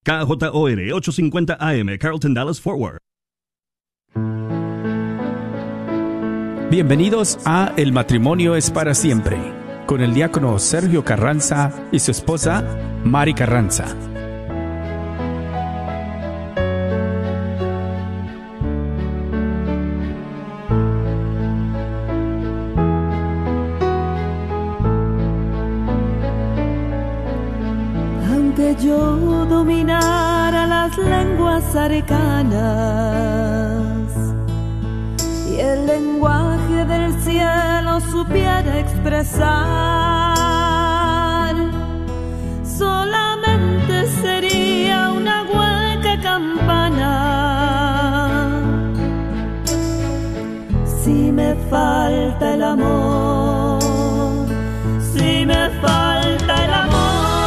KJOR 850 AM, Carlton Dallas Forward. Bienvenidos a El matrimonio es para siempre, con el diácono Sergio Carranza y su esposa Mari Carranza. Aunque yo dominara las lenguas arcanas y el lenguaje del cielo supiera expresar, solamente sería una hueca campana si me falta el amor, si me falta el amor.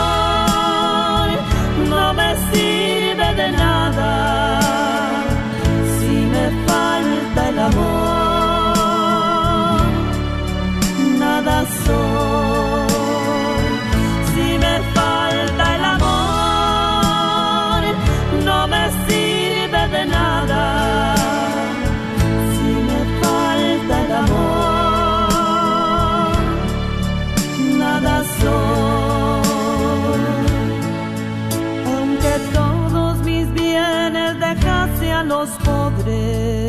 No me sirve de nada si me falta el amor, nada soy. Si me falta el amor, no me sirve de nada. Si me falta el amor, nada soy. Todos mis bienes dejase a los pobres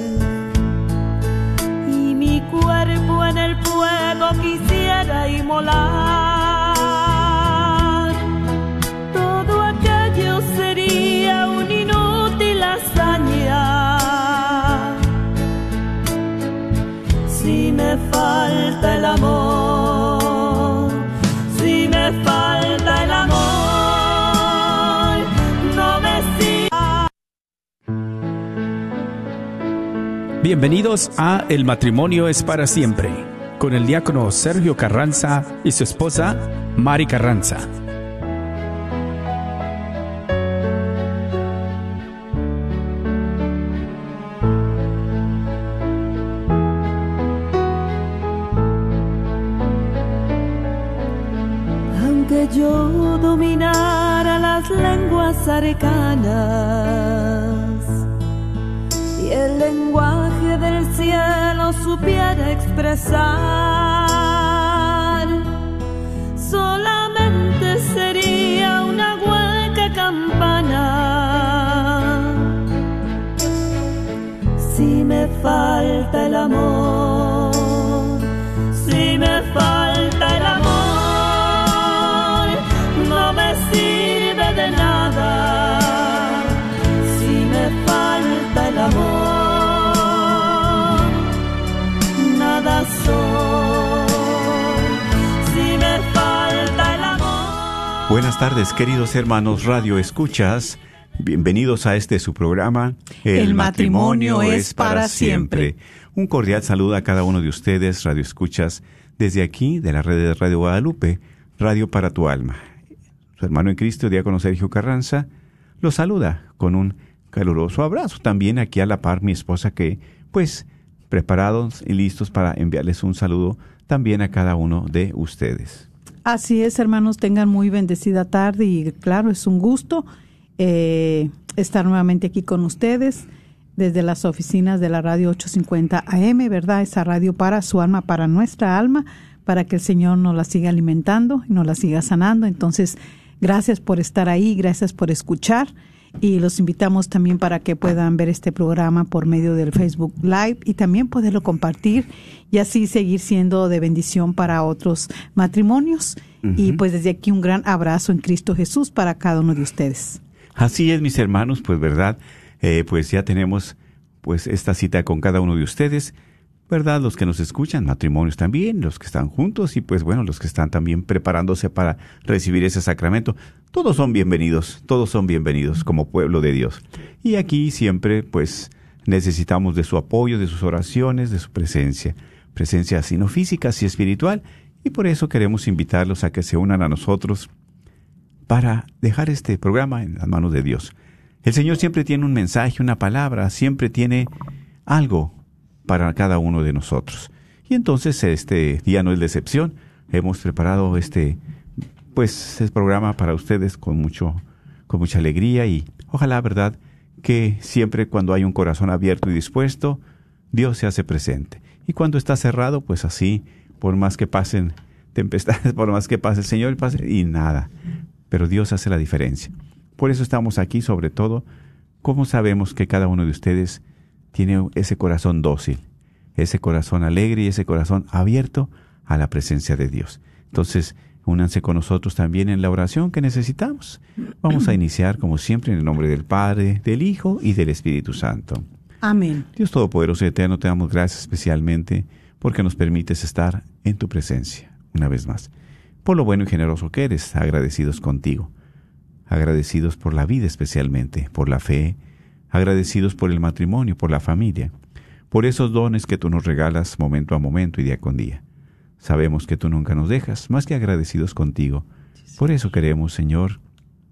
y mi cuerpo en el fuego quisiera inmolar, todo aquello sería una inútil hazaña si me falta el amor, si me falta el amor. Bienvenidos a El matrimonio es para siempre, con el diácono Sergio Carranza y su esposa Mari Carranza. Aunque yo dominara las lenguas arcanas y el lenguaje del cielo supiera expresar, solamente sería una hueca campana si me falta el amor, si me falta el amor, no me sirve de nada si me falta el amor. Nada soy, si me falta el amor. Buenas tardes, queridos hermanos Radio Escuchas. Bienvenidos a su programa. El matrimonio es para siempre. Un cordial saludo a cada uno de ustedes, Radio Escuchas, desde aquí, de la red de Radio Guadalupe, Radio para tu alma. Su hermano en Cristo, diácono Sergio Carranza, los saluda con un caluroso abrazo. También aquí a la par mi esposa que, preparados y listos para enviarles un saludo también a cada uno de ustedes. Así es, hermanos, tengan muy bendecida tarde y claro, es un gusto estar nuevamente aquí con ustedes desde las oficinas de la radio 850 AM, ¿verdad? Esa radio para su alma, para nuestra alma, para que el Señor nos la siga alimentando y nos la siga sanando. Entonces, gracias por estar ahí, gracias por escuchar. Y los invitamos también para que puedan ver este programa por medio del Facebook Live y también poderlo compartir y así seguir siendo de bendición para otros matrimonios. Uh-huh. Y desde aquí un gran abrazo en Cristo Jesús para cada uno de ustedes. Así es, mis hermanos, ¿verdad? Ya tenemos esta cita con cada uno de ustedes, ¿verdad? Los que nos escuchan, matrimonios también, los que están juntos y los que están también preparándose para recibir ese sacramento. Todos son bienvenidos como pueblo de Dios. Y aquí siempre, necesitamos de su apoyo, de sus oraciones, de su presencia sino física, sino espiritual. Y por eso queremos invitarlos a que se unan a nosotros para dejar este programa en las manos de Dios. El Señor siempre tiene un mensaje, una palabra, siempre tiene algo para cada uno de nosotros. Y entonces este día no es la excepción. Hemos preparado este programa para ustedes con con mucha alegría y ojalá, ¿verdad?, que siempre cuando hay un corazón abierto y dispuesto, Dios se hace presente. Y cuando está cerrado, pues así, por más que pasen tempestades, por más que pase el Señor, y nada. Pero Dios hace la diferencia. Por eso estamos aquí, sobre todo, ¿cómo sabemos que cada uno de ustedes tiene ese corazón dócil, ese corazón alegre y ese corazón abierto a la presencia de Dios? Entonces, únanse con nosotros también en la oración que necesitamos. Vamos a iniciar, como siempre, en el nombre del Padre, del Hijo y del Espíritu Santo. Amén. Dios Todopoderoso y Eterno, te damos gracias especialmente porque nos permites estar en tu presencia, una vez más. Por lo bueno y generoso que eres, agradecidos contigo. Agradecidos por la vida especialmente, por la fe, agradecidos por el matrimonio, por la familia, por esos dones que tú nos regalas momento a momento y día con día. Sabemos que tú nunca nos dejas, más que agradecidos contigo. Por eso queremos, Señor,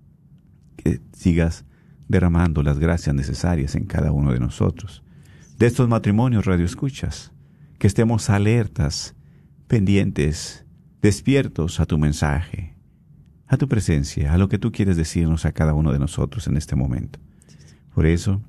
que sigas derramando las gracias necesarias en cada uno de nosotros. De estos matrimonios radioescuchas, que estemos alertas, pendientes, despiertos a tu mensaje, a tu presencia, a lo que tú quieres decirnos a cada uno de nosotros en este momento. Por eso,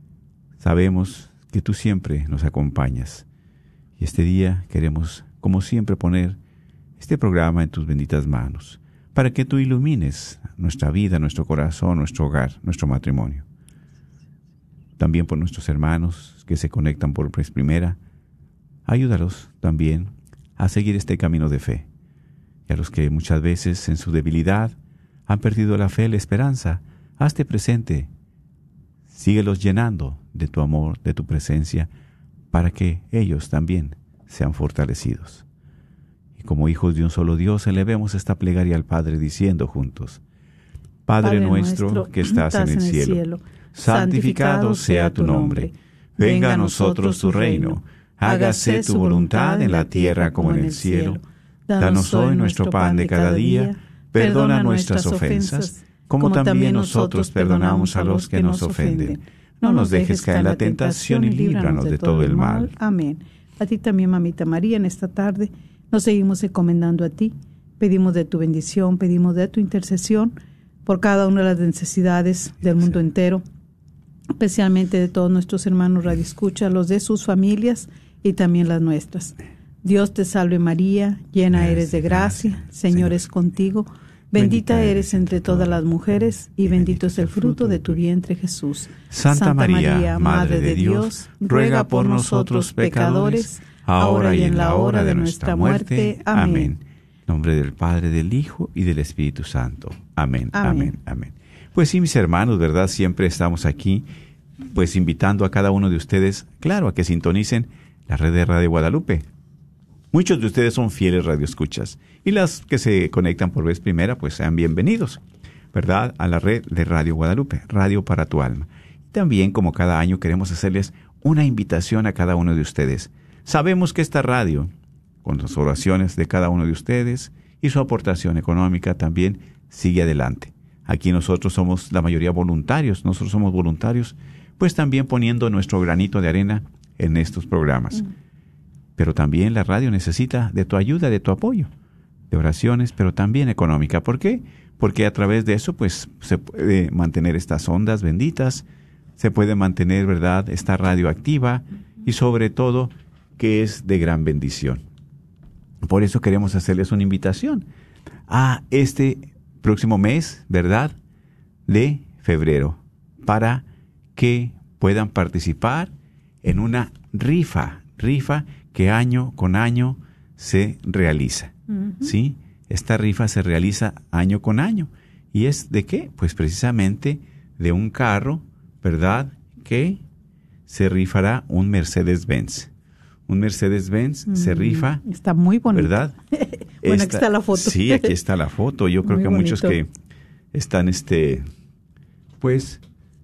sabemos que tú siempre nos acompañas. Y este día queremos, como siempre, poner este programa en tus benditas manos, para que tú ilumines nuestra vida, nuestro corazón, nuestro hogar, nuestro matrimonio. También por nuestros hermanos que se conectan por vez primera, ayúdalos también a seguir este camino de fe. Y a los que muchas veces en su debilidad han perdido la fe, la esperanza, hazte presente. Síguelos llenando de tu amor, de tu presencia, para que ellos también sean fortalecidos. Y como hijos de un solo Dios, elevemos esta plegaria al Padre diciendo juntos: Padre nuestro que estás en el cielo, santificado sea tu nombre. Venga a nosotros tu reino. Hágase tu voluntad en la tierra como en el cielo. Danos hoy nuestro pan de cada día. Perdona nuestras ofensas, como también nosotros perdonamos a los que nos ofenden. No nos dejes caer en la tentación y líbranos de todo el mal. Amén. A ti también, Mamita María, en esta tarde nos seguimos encomendando a ti. Pedimos de tu bendición, pedimos de tu intercesión por cada una de las necesidades del mundo entero, especialmente de todos nuestros hermanos radioescuchas, los de sus familias y también las nuestras. Dios te salve María, llena eres de gracia, Señor es contigo. Bendita eres entre todas las mujeres, y bendito es el fruto de tu vientre, Jesús. Santa María, Madre de Dios, ruega por nosotros pecadores, ahora y en la hora de nuestra muerte. Amén. En nombre del Padre, del Hijo y del Espíritu Santo. Amén, amén, amén. Pues sí, mis hermanos, ¿verdad? Siempre estamos aquí, pues invitando a cada uno de ustedes, claro, a que sintonicen la red de Radio Guadalupe. Muchos de ustedes son fieles radioescuchas, y las que se conectan por vez primera, pues sean bienvenidos, ¿verdad?, a la red de Radio Guadalupe, Radio para tu alma. También, como cada año, queremos hacerles una invitación a cada uno de ustedes. Sabemos que esta radio, con las oraciones de cada uno de ustedes y su aportación económica, también sigue adelante. Aquí nosotros somos la mayoría voluntarios, nosotros somos voluntarios, pues también poniendo nuestro granito de arena en estos programas. Pero también la radio necesita de tu ayuda, de tu apoyo, de oraciones, pero también económica. ¿Por qué? Porque a través de eso, pues, se puede mantener estas ondas benditas, se puede mantener, ¿verdad?, esta radio activa, y sobre todo, que es de gran bendición. Por eso queremos hacerles una invitación a este próximo mes, ¿verdad?, de febrero, para que puedan participar en una rifa que año con año se realiza. ¿Sí? Esta rifa se realiza año con año. ¿Y es de qué? Pues precisamente de un carro, ¿verdad?, que se rifará un Mercedes-Benz. Un Mercedes-Benz se rifa. Está muy bonito. ¿Verdad? Bueno, aquí está la foto. Sí, aquí está la foto. Yo creo que muchos que están, pues,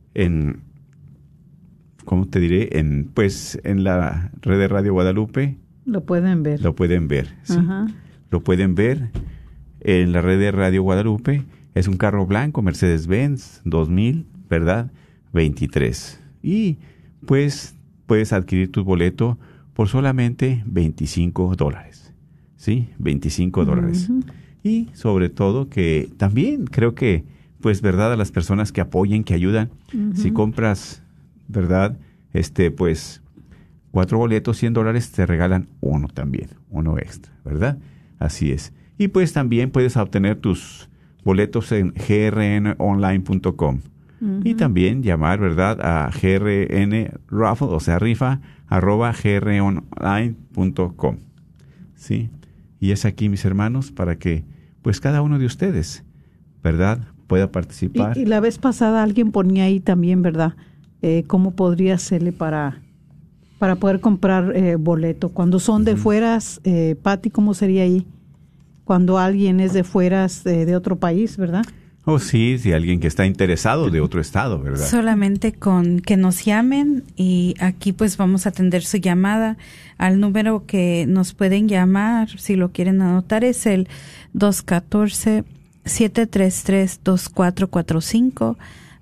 ¿cómo te diré? Pues en la red de Radio Guadalupe. Lo pueden ver. Lo pueden ver, sí. Lo pueden ver en la red de Radio Guadalupe. Es un carro blanco, Mercedes-Benz 2000, ¿verdad? 23. Y pues puedes adquirir tu boleto por solamente $25. ¿Sí? $25. Y sobre todo que también creo que pues, ¿verdad? A las personas que apoyen, que ayudan. Si compras, ¿verdad? Pues, 4 boletos, $100, te regalan uno también, uno extra, ¿verdad? Así es. Y pues también puedes obtener tus boletos en grnonline.com. Y también llamar, ¿verdad? A grn raffle, o sea, rifa, @grnonline.com. ¿Sí? Y es aquí, mis hermanos, para que, pues, cada uno de ustedes, ¿verdad?, pueda participar. Y la vez pasada alguien ponía ahí también, ¿verdad? ¿Cómo podría hacerle para poder comprar boleto? Cuando son de fueras, Pati, ¿cómo sería ahí? Cuando alguien es de fueras de otro país, ¿verdad? Oh, sí, si alguien que está interesado de otro estado, ¿verdad? Solamente con que nos llamen y aquí pues vamos a atender su llamada al número que nos pueden llamar, si lo quieren anotar, es el 214-733-2445,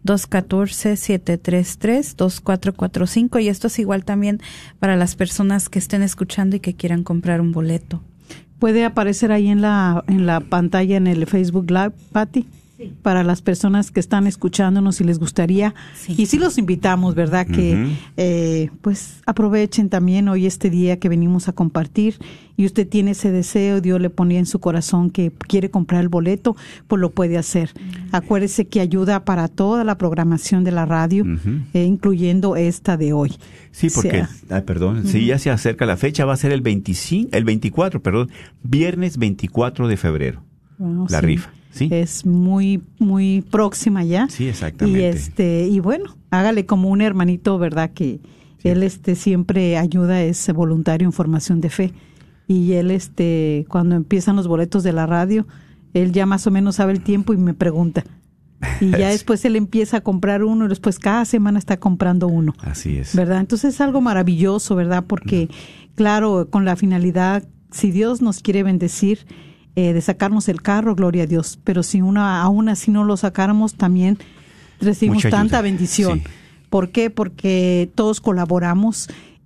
214-733-2445, y esto es igual también para las personas que estén escuchando y que quieran comprar un boleto. ¿Puede aparecer ahí en la pantalla en el Facebook Live, Pati? Sí. Para las personas que están escuchándonos, si les gustaría. Sí. Y sí los invitamos, ¿verdad? Que pues aprovechen también hoy este día que venimos a compartir y usted tiene ese deseo, Dios le ponía en su corazón que quiere comprar el boleto, pues lo puede hacer. Acuérdese que ayuda para toda la programación de la radio, incluyendo esta de hoy. Sí, porque, si ya se acerca la fecha, va a ser el 24, viernes 24 de febrero, la rifa. ¿Sí? Es muy, muy próxima ya. Sí, exactamente. Y bueno, hágale como un hermanito, ¿verdad? Que sí. Él siempre ayuda, es voluntario en formación de fe. Y él, cuando empiezan los boletos de la radio, él ya más o menos sabe el tiempo y me pregunta. Y ya después él empieza a comprar uno y después cada semana está comprando uno. Así es. ¿Verdad? Entonces es algo maravilloso, ¿verdad? Porque, claro, con la finalidad, si Dios nos quiere bendecir, de sacarnos el carro, gloria a Dios. Pero si aún así no lo sacáramos, también recibimos tanta bendición. Sí. ¿Por qué? Porque todos colaboramos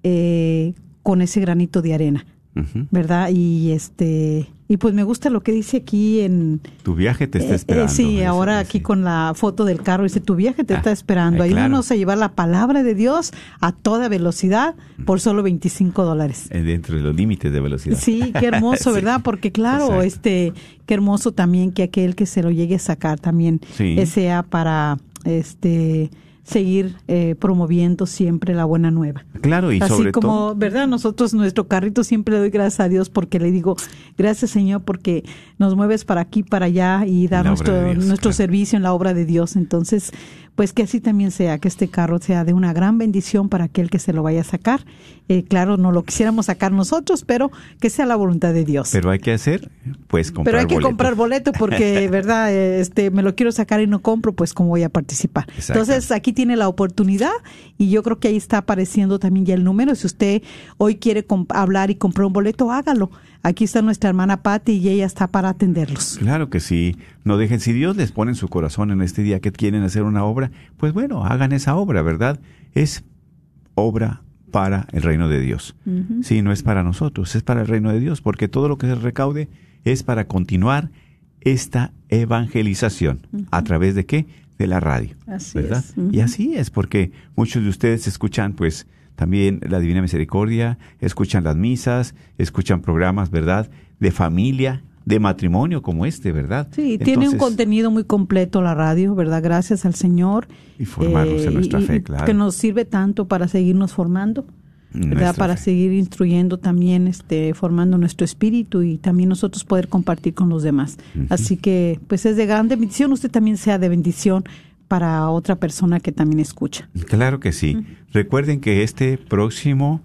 con ese granito de arena, ¿verdad? Y pues me gusta lo que dice aquí en... Tu viaje te está esperando. Sí, ahora aquí con la foto del carro dice, tu viaje te está esperando. Ayúdanos a llevar la palabra de Dios a toda velocidad por solo $25. Dentro de los límites de velocidad. Sí, qué hermoso, ¿verdad? Porque claro, qué hermoso también que aquel que se lo llegue a sacar también sea para seguir promoviendo siempre la buena nueva. Claro, y así sobre como, todo, ¿verdad? Nosotros, nuestro carrito, siempre le doy gracias a Dios porque le digo, gracias Señor porque nos mueves para aquí, para allá y dar nuestro servicio en la obra de Dios. Entonces, pues que así también sea, que este carro sea de una gran bendición para aquel que se lo vaya a sacar. Claro, no lo quisiéramos sacar nosotros, pero que sea la voluntad de Dios. Pero hay que hacer, pues, comprar Pero hay que boleto. comprar boleto porque, ¿verdad? Me lo quiero sacar y no compro, pues, ¿cómo voy a participar? Entonces, aquí tiene la oportunidad y yo creo que ahí está apareciendo también ya el número. Si usted hoy quiere hablar y comprar un boleto, hágalo. Aquí está nuestra hermana Pati y ella está para atenderlos. Claro que sí. No dejen, si Dios les pone en su corazón en este día que quieren hacer una obra, pues bueno, hagan esa obra, ¿verdad? Es obra para el reino de Dios. Sí, no es para nosotros, es para el reino de Dios, porque todo lo que se recaude es para continuar esta evangelización. ¿A través de qué? De la radio, así ¿verdad? Es. Y así es, porque muchos de ustedes escuchan, pues, también la Divina Misericordia, escuchan las misas, escuchan programas, ¿verdad?, de familia, de matrimonio como ¿verdad? Sí, tiene un contenido muy completo la radio, ¿verdad? Gracias al Señor. Y formarnos en nuestra fe, claro. Que nos sirve tanto para seguirnos formando, ¿verdad? Para seguir instruyendo también, formando nuestro espíritu y también nosotros poder compartir con los demás. Así que, pues es de grande bendición, usted también sea de bendición para otra persona que también escucha. Claro que sí. Recuerden que este próximo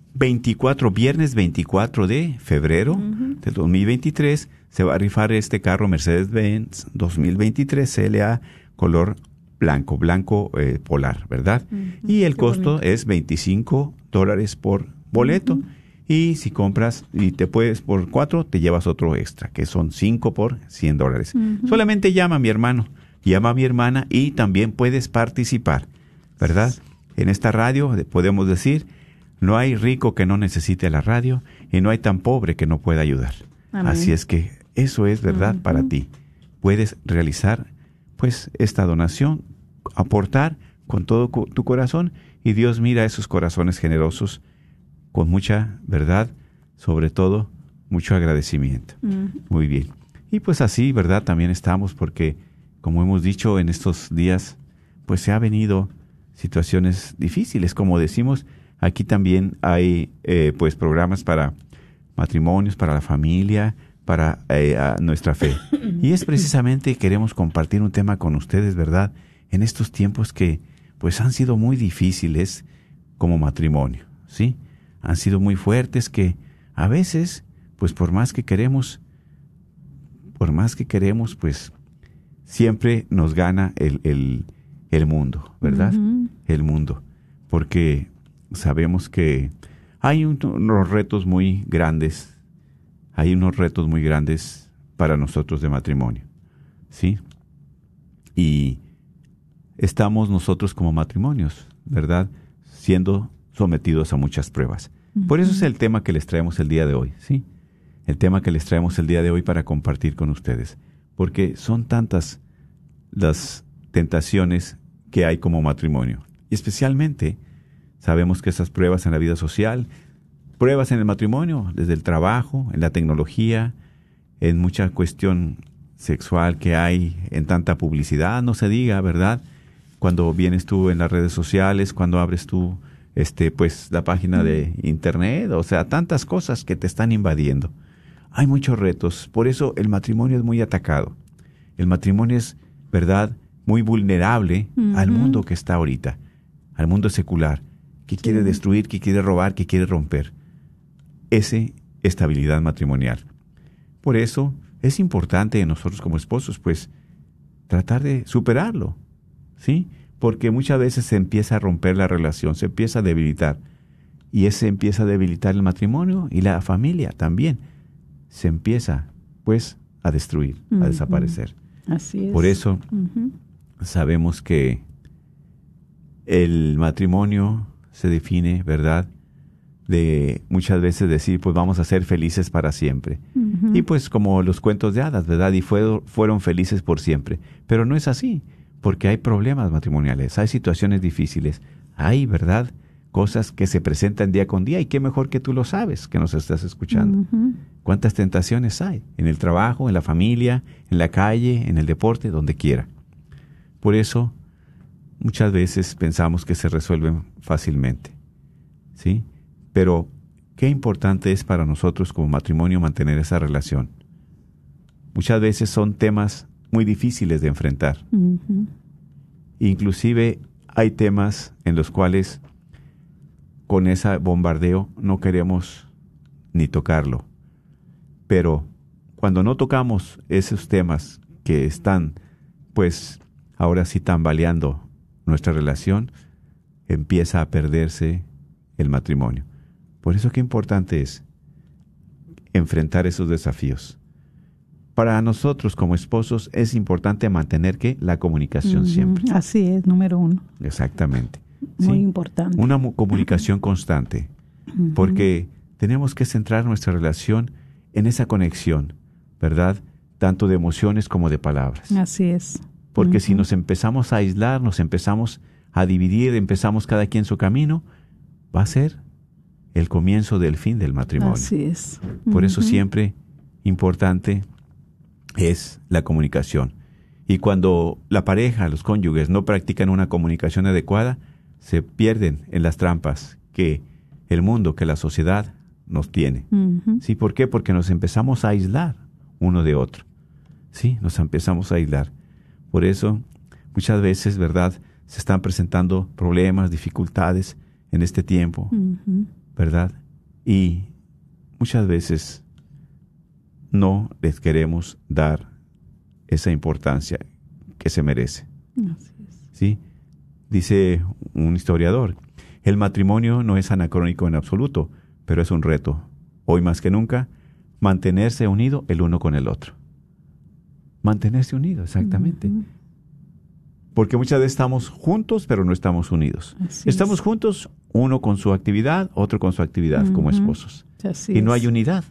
viernes 24 de febrero del 2023, se va a rifar este carro Mercedes-Benz 2023 CLA color blanco polar, ¿verdad? Y el costo es $25 por boleto. Y si compras y te puedes por 4, te llevas otro extra, que son 5 por $100. Solamente llama a mi hermano, llama a mi hermana y también puedes participar, ¿verdad? En esta radio podemos decir, no hay rico que no necesite la radio y no hay tan pobre que no pueda ayudar. Amén. Así es que eso es verdad para ti. Puedes realizar pues esta donación, aportar con todo tu corazón, y Dios mira esos corazones generosos con mucha verdad, sobre todo mucho agradecimiento. Muy bien. Y pues así, ¿verdad? También estamos porque, como hemos dicho en estos días, pues se ha venido situaciones difíciles. Como decimos, aquí también hay pues programas para matrimonios, para la familia, para nuestra fe. Y es precisamente, queremos compartir un tema con ustedes, ¿verdad? En estos tiempos que pues han sido muy difíciles como matrimonio, ¿sí? Han sido muy fuertes, que a veces, pues por más que queremos, pues siempre nos gana el mundo, ¿verdad? El mundo. Porque sabemos que hay unos retos muy grandes, para nosotros de matrimonio, ¿sí? Y estamos nosotros como matrimonios, ¿verdad?, siendo sometidos a muchas pruebas. Por eso es el tema que les traemos el día de hoy, ¿sí? El tema que les traemos el día de hoy para compartir con ustedes. Porque son tantas las tentaciones que hay como matrimonio. Y especialmente sabemos que esas pruebas en la vida social, pruebas en el matrimonio, desde el trabajo, en la tecnología, en mucha cuestión sexual que hay, en tanta publicidad, no se diga, ¿verdad? Cuando vienes tú en las redes sociales, cuando abres tú pues la página de internet, o sea, tantas cosas que te están invadiendo. Hay muchos retos, por eso el matrimonio es muy atacado. El matrimonio es, ¿verdad?, muy vulnerable al mundo que está ahorita, al mundo secular, que quiere destruir, que quiere robar, que quiere romper. Esa estabilidad matrimonial. Por eso es importante nosotros como esposos, pues, tratar de superarlo, ¿sí? Porque muchas veces se empieza a romper la relación, se empieza a debilitar. Y ese empieza a debilitar el matrimonio y la familia también. Se empieza, pues, a destruir, a desaparecer. Así es. Por eso sabemos que el matrimonio se define, ¿verdad?, de muchas veces decir, pues vamos a ser felices para siempre. Y pues como los cuentos de hadas, ¿verdad? Y fueron felices por siempre. Pero no es así, porque hay problemas matrimoniales, hay situaciones difíciles, hay, ¿verdad?, cosas que se presentan día con día, y qué mejor que tú lo sabes, que nos estás escuchando. ¿Cuántas tentaciones hay? En el trabajo, en la familia, en la calle, en el deporte, donde quiera. Por eso, muchas veces pensamos que se resuelven fácilmente, ¿sí? Pero, qué importante es para nosotros como matrimonio mantener esa relación. Muchas veces son temas muy difíciles de enfrentar. Inclusive, hay temas en los cuales con ese bombardeo no queremos ni tocarlo. Pero cuando no tocamos esos temas que están, pues, ahora sí tambaleando nuestra relación, empieza a perderse el matrimonio. Por eso qué importante es enfrentar esos desafíos. Para nosotros como esposos es importante mantener ¿qué? La comunicación siempre. Así es, número 1. Exactamente. Muy ¿sí? importante. Una comunicación constante, porque tenemos que centrar nuestra relación en esa conexión, ¿verdad? Tanto de emociones como de palabras. Así es. Porque si nos empezamos a aislar, nos empezamos a dividir, empezamos cada quien su camino, va a ser el comienzo del fin del matrimonio. Así es. Por eso siempre importante es la comunicación. Y cuando la pareja, los cónyuges, no practican una comunicación adecuada, se pierden en las trampas que el mundo, que la sociedad nos tiene. ¿Sí? ¿Por qué? Porque nos empezamos a aislar uno de otro. ¿Sí? Nos empezamos a aislar. Por eso, muchas veces, ¿verdad?, se están presentando problemas, dificultades en este tiempo, ¿verdad? Y muchas veces no les queremos dar esa importancia que se merece. Así es. ¿Sí? Dice un historiador, el matrimonio no es anacrónico en absoluto, pero es un reto, hoy más que nunca, mantenerse unido el uno con el otro. Mantenerse unido, exactamente. Porque muchas veces estamos juntos, pero no estamos unidos. Así estamos es. juntos, uno con su actividad, otro con su actividad como esposos. Así y no es. hay unidad.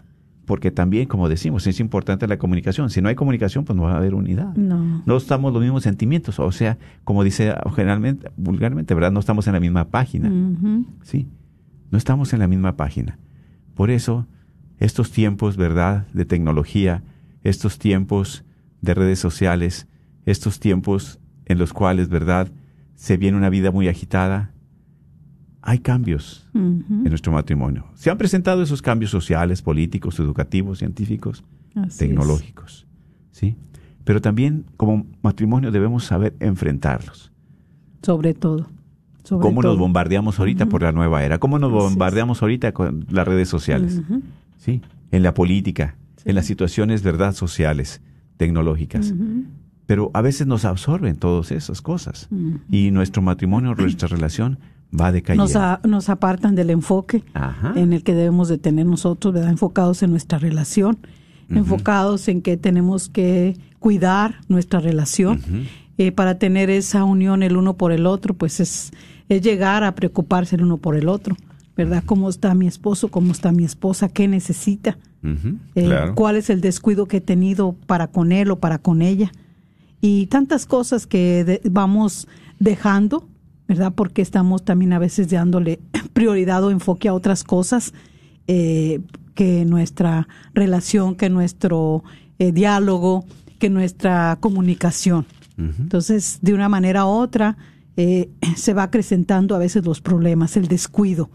porque también, como decimos, es importante la comunicación. Si no hay comunicación, pues no va a haber unidad. No estamos los mismos sentimientos, o sea, como dice generalmente, vulgarmente, ¿verdad? No estamos en la misma página. Sí, no estamos en la misma página. Por eso, estos tiempos, ¿verdad?, de tecnología, estos tiempos de redes sociales, estos tiempos en los cuales, ¿verdad?, se viene una vida muy agitada, hay cambios en nuestro matrimonio. Se han presentado esos cambios sociales, políticos, educativos, científicos, tecnológicos, ¿sí? Pero también como matrimonio debemos saber enfrentarlos. Sobre todo. ¿Cómo nos bombardeamos ahorita por la nueva era? ¿Cómo nos bombardeamos ahorita con las redes sociales? ¿Sí? En la política, en las situaciones, ¿verdad?, sociales, tecnológicas. Pero a veces nos absorben todas esas cosas. Y nuestro matrimonio, nuestra relación va decayendo. Nos apartan del enfoque en el que debemos de tener nosotros, ¿verdad?, enfocados en nuestra relación, enfocados en que tenemos que cuidar nuestra relación. Para tener esa unión el uno por el otro, pues es llegar a preocuparse el uno por el otro, ¿verdad? ¿Cómo está mi esposo? ¿Cómo está mi esposa? ¿Qué necesita? Claro. ¿Cuál es el descuido que he tenido para con él o para con ella? Y tantas cosas que vamos dejando, ¿verdad? Porque estamos también a veces dándole prioridad o enfoque a otras cosas que nuestra relación, que nuestro diálogo, que nuestra comunicación. Entonces, de una manera u otra, se va acrecentando a veces los problemas, el descuido.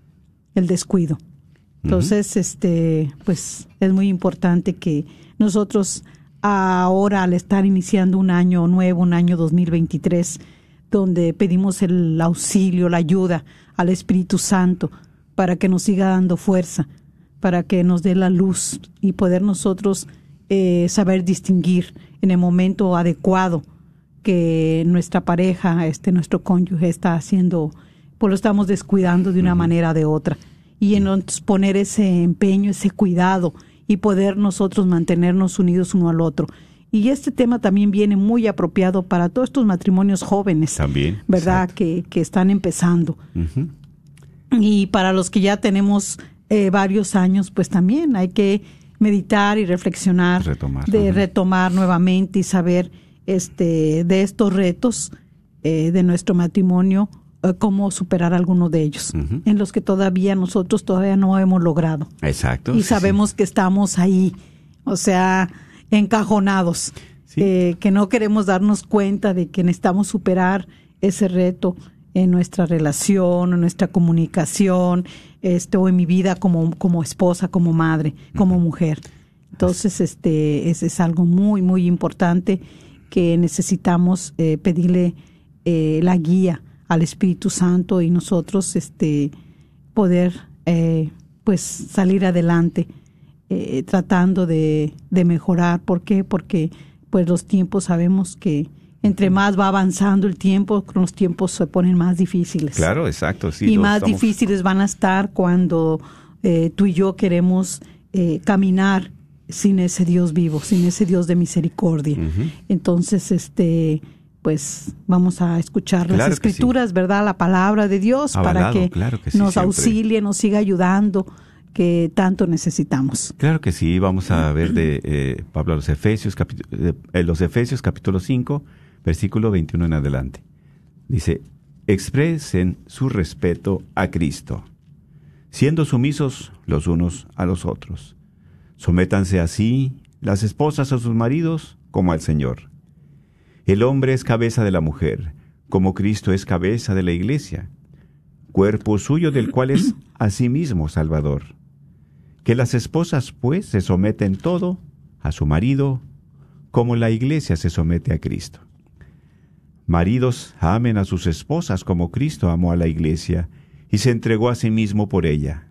Entonces, pues es muy importante que nosotros ahora, al estar iniciando un año nuevo, un año 2023, donde pedimos el auxilio, la ayuda al Espíritu Santo para que nos siga dando fuerza, para que nos dé la luz y poder nosotros saber distinguir en el momento adecuado que nuestra pareja, nuestro cónyuge está haciendo, pues lo estamos descuidando de una manera o de otra. Y en poner ese empeño, ese cuidado y poder nosotros mantenernos unidos uno al otro. Y este tema también viene muy apropiado para todos estos matrimonios jóvenes, también, ¿verdad? Que están empezando. Y para los que ya tenemos varios años, pues también hay que meditar y reflexionar, retomar nuevamente y saber de estos retos de nuestro matrimonio, cómo superar alguno de ellos, en los que nosotros todavía no hemos logrado. Exacto. Y sabemos que estamos ahí, o sea, encajonados, que no queremos darnos cuenta de que necesitamos superar ese reto en nuestra relación, en nuestra comunicación, o en mi vida como esposa, como madre, como mujer. Entonces, ese es algo muy, muy importante que necesitamos pedirle la guía al Espíritu Santo y nosotros poder pues salir adelante tratando de mejorar. ¿Por qué? Porque pues los tiempos, sabemos que entre más va avanzando el tiempo, los tiempos se ponen más difíciles. Claro, exacto. Sí, y más difíciles van a estar cuando tú y yo queremos caminar sin ese Dios vivo, sin ese Dios de misericordia. Entonces, pues vamos a escuchar las Escrituras, ¿verdad? La palabra de Dios, para que nos auxilie, nos siga ayudando, que tanto necesitamos. Claro que sí. Vamos a ver de Pablo a los Efesios capítulo 5, versículo 21 en adelante. Dice: expresen su respeto a Cristo, siendo sumisos los unos a los otros. Sométanse así las esposas a sus maridos como al Señor. El hombre es cabeza de la mujer, como Cristo es cabeza de la iglesia, cuerpo suyo, del cual es asimismo Salvador. Que las esposas, pues, se someten todo a su marido, como la iglesia se somete a Cristo. Maridos, amen a sus esposas como Cristo amó a la iglesia y se entregó a sí mismo por ella.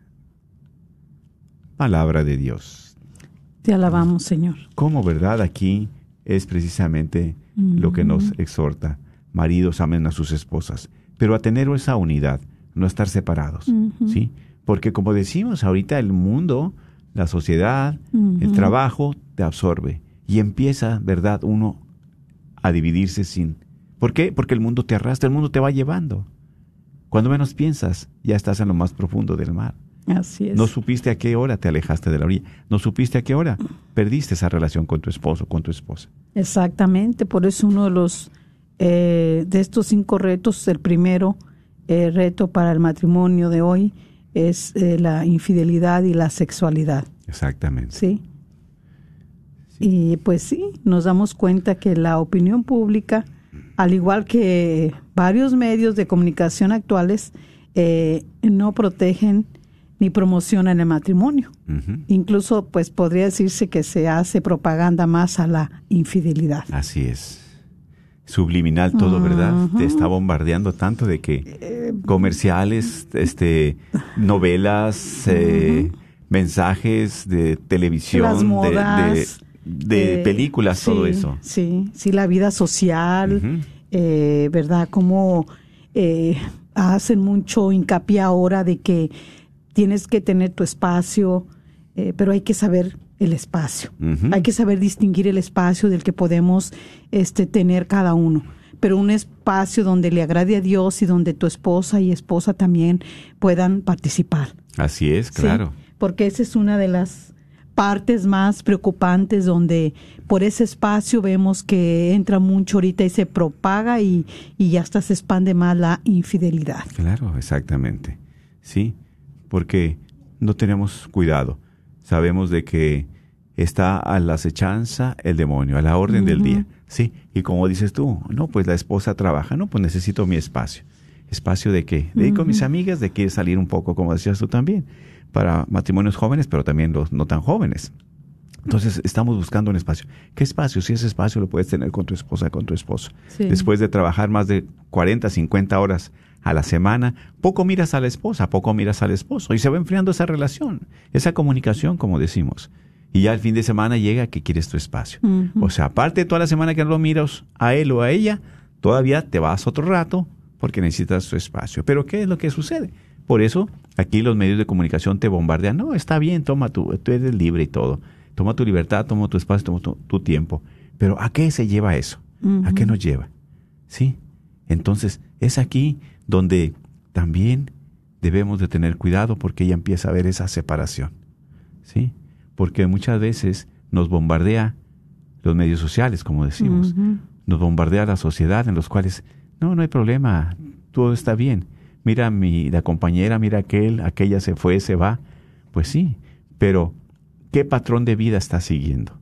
Palabra de Dios. Te alabamos, Señor. Como verdad aquí es precisamente lo que nos exhorta. Maridos, amen a sus esposas, pero a tener esa unidad, no estar separados, ¿sí? Porque como decimos ahorita, el mundo, la sociedad, el trabajo te absorbe y empieza, ¿verdad?, uno a dividirse sin... ¿Por qué? Porque el mundo te arrastra, el mundo te va llevando. Cuando menos piensas, ya estás en lo más profundo del mar. Así es. No supiste a qué hora te alejaste de la orilla. No supiste a qué hora perdiste esa relación con tu esposo, con tu esposa. Exactamente. Por eso uno de los de estos 5 retos, el primero reto para el matrimonio de hoy es la infidelidad y la sexualidad. Exactamente. Sí. Y pues sí, nos damos cuenta que la opinión pública, al igual que varios medios de comunicación actuales, no protegen ni promocionan el matrimonio. Uh-huh. Incluso, pues podría decirse que se hace propaganda más a la infidelidad. Así es. Subliminal todo, ¿verdad? Uh-huh. Te está bombardeando tanto de que comerciales, novelas, uh-huh. Mensajes de televisión, las modas, de películas, sí, todo eso. Sí, la vida social, uh-huh. ¿Verdad? Como hacen mucho hincapié ahora de que tienes que tener tu espacio, pero hay que saber el espacio. Uh-huh. Hay que saber distinguir el espacio del que podemos tener cada uno. Pero un espacio donde le agrade a Dios y donde tu esposa y esposa también puedan participar. Así es, claro. Sí, porque esa es una de las partes más preocupantes donde por ese espacio vemos que entra mucho ahorita y se propaga y ya hasta se expande más la infidelidad. Claro, exactamente. Sí, porque no tenemos cuidado. Sabemos de que está a la acechanza el demonio, a la orden uh-huh. del día. Sí, y como dices tú, no, pues la esposa trabaja, no, pues necesito mi espacio. ¿Espacio de qué? De ir con mis amigas, de que salir un poco, como decías tú también, para matrimonios jóvenes, pero también los no tan jóvenes. Entonces, estamos buscando un espacio. ¿Qué espacio? Si ese espacio lo puedes tener con tu esposa, con tu esposo. Sí. Después de trabajar más de 40, 50 horas a la semana, poco miras a la esposa, poco miras al esposo, y se va enfriando esa relación, esa comunicación, como decimos. Y ya el fin de semana llega que quieres tu espacio. Uh-huh. O sea, aparte de toda la semana que no lo miras a él o a ella, todavía te vas otro rato porque necesitas tu espacio. Pero ¿qué es lo que sucede? Por eso, aquí los medios de comunicación te bombardean. No, está bien, tú eres libre y todo. Toma tu libertad, toma tu espacio, toma tu tiempo. Pero ¿a qué se lleva eso? Uh-huh. ¿A qué nos lleva? ¿Sí? Entonces, es aquí donde también debemos de tener cuidado porque ya empieza a haber esa separación. ¿Sí? Porque muchas veces nos bombardea los medios sociales, como decimos. Uh-huh. Nos bombardea la sociedad en los cuales, no hay problema, todo está bien. Mira la compañera, mira aquella se fue, se va. Pues sí, pero ¿qué patrón de vida está siguiendo?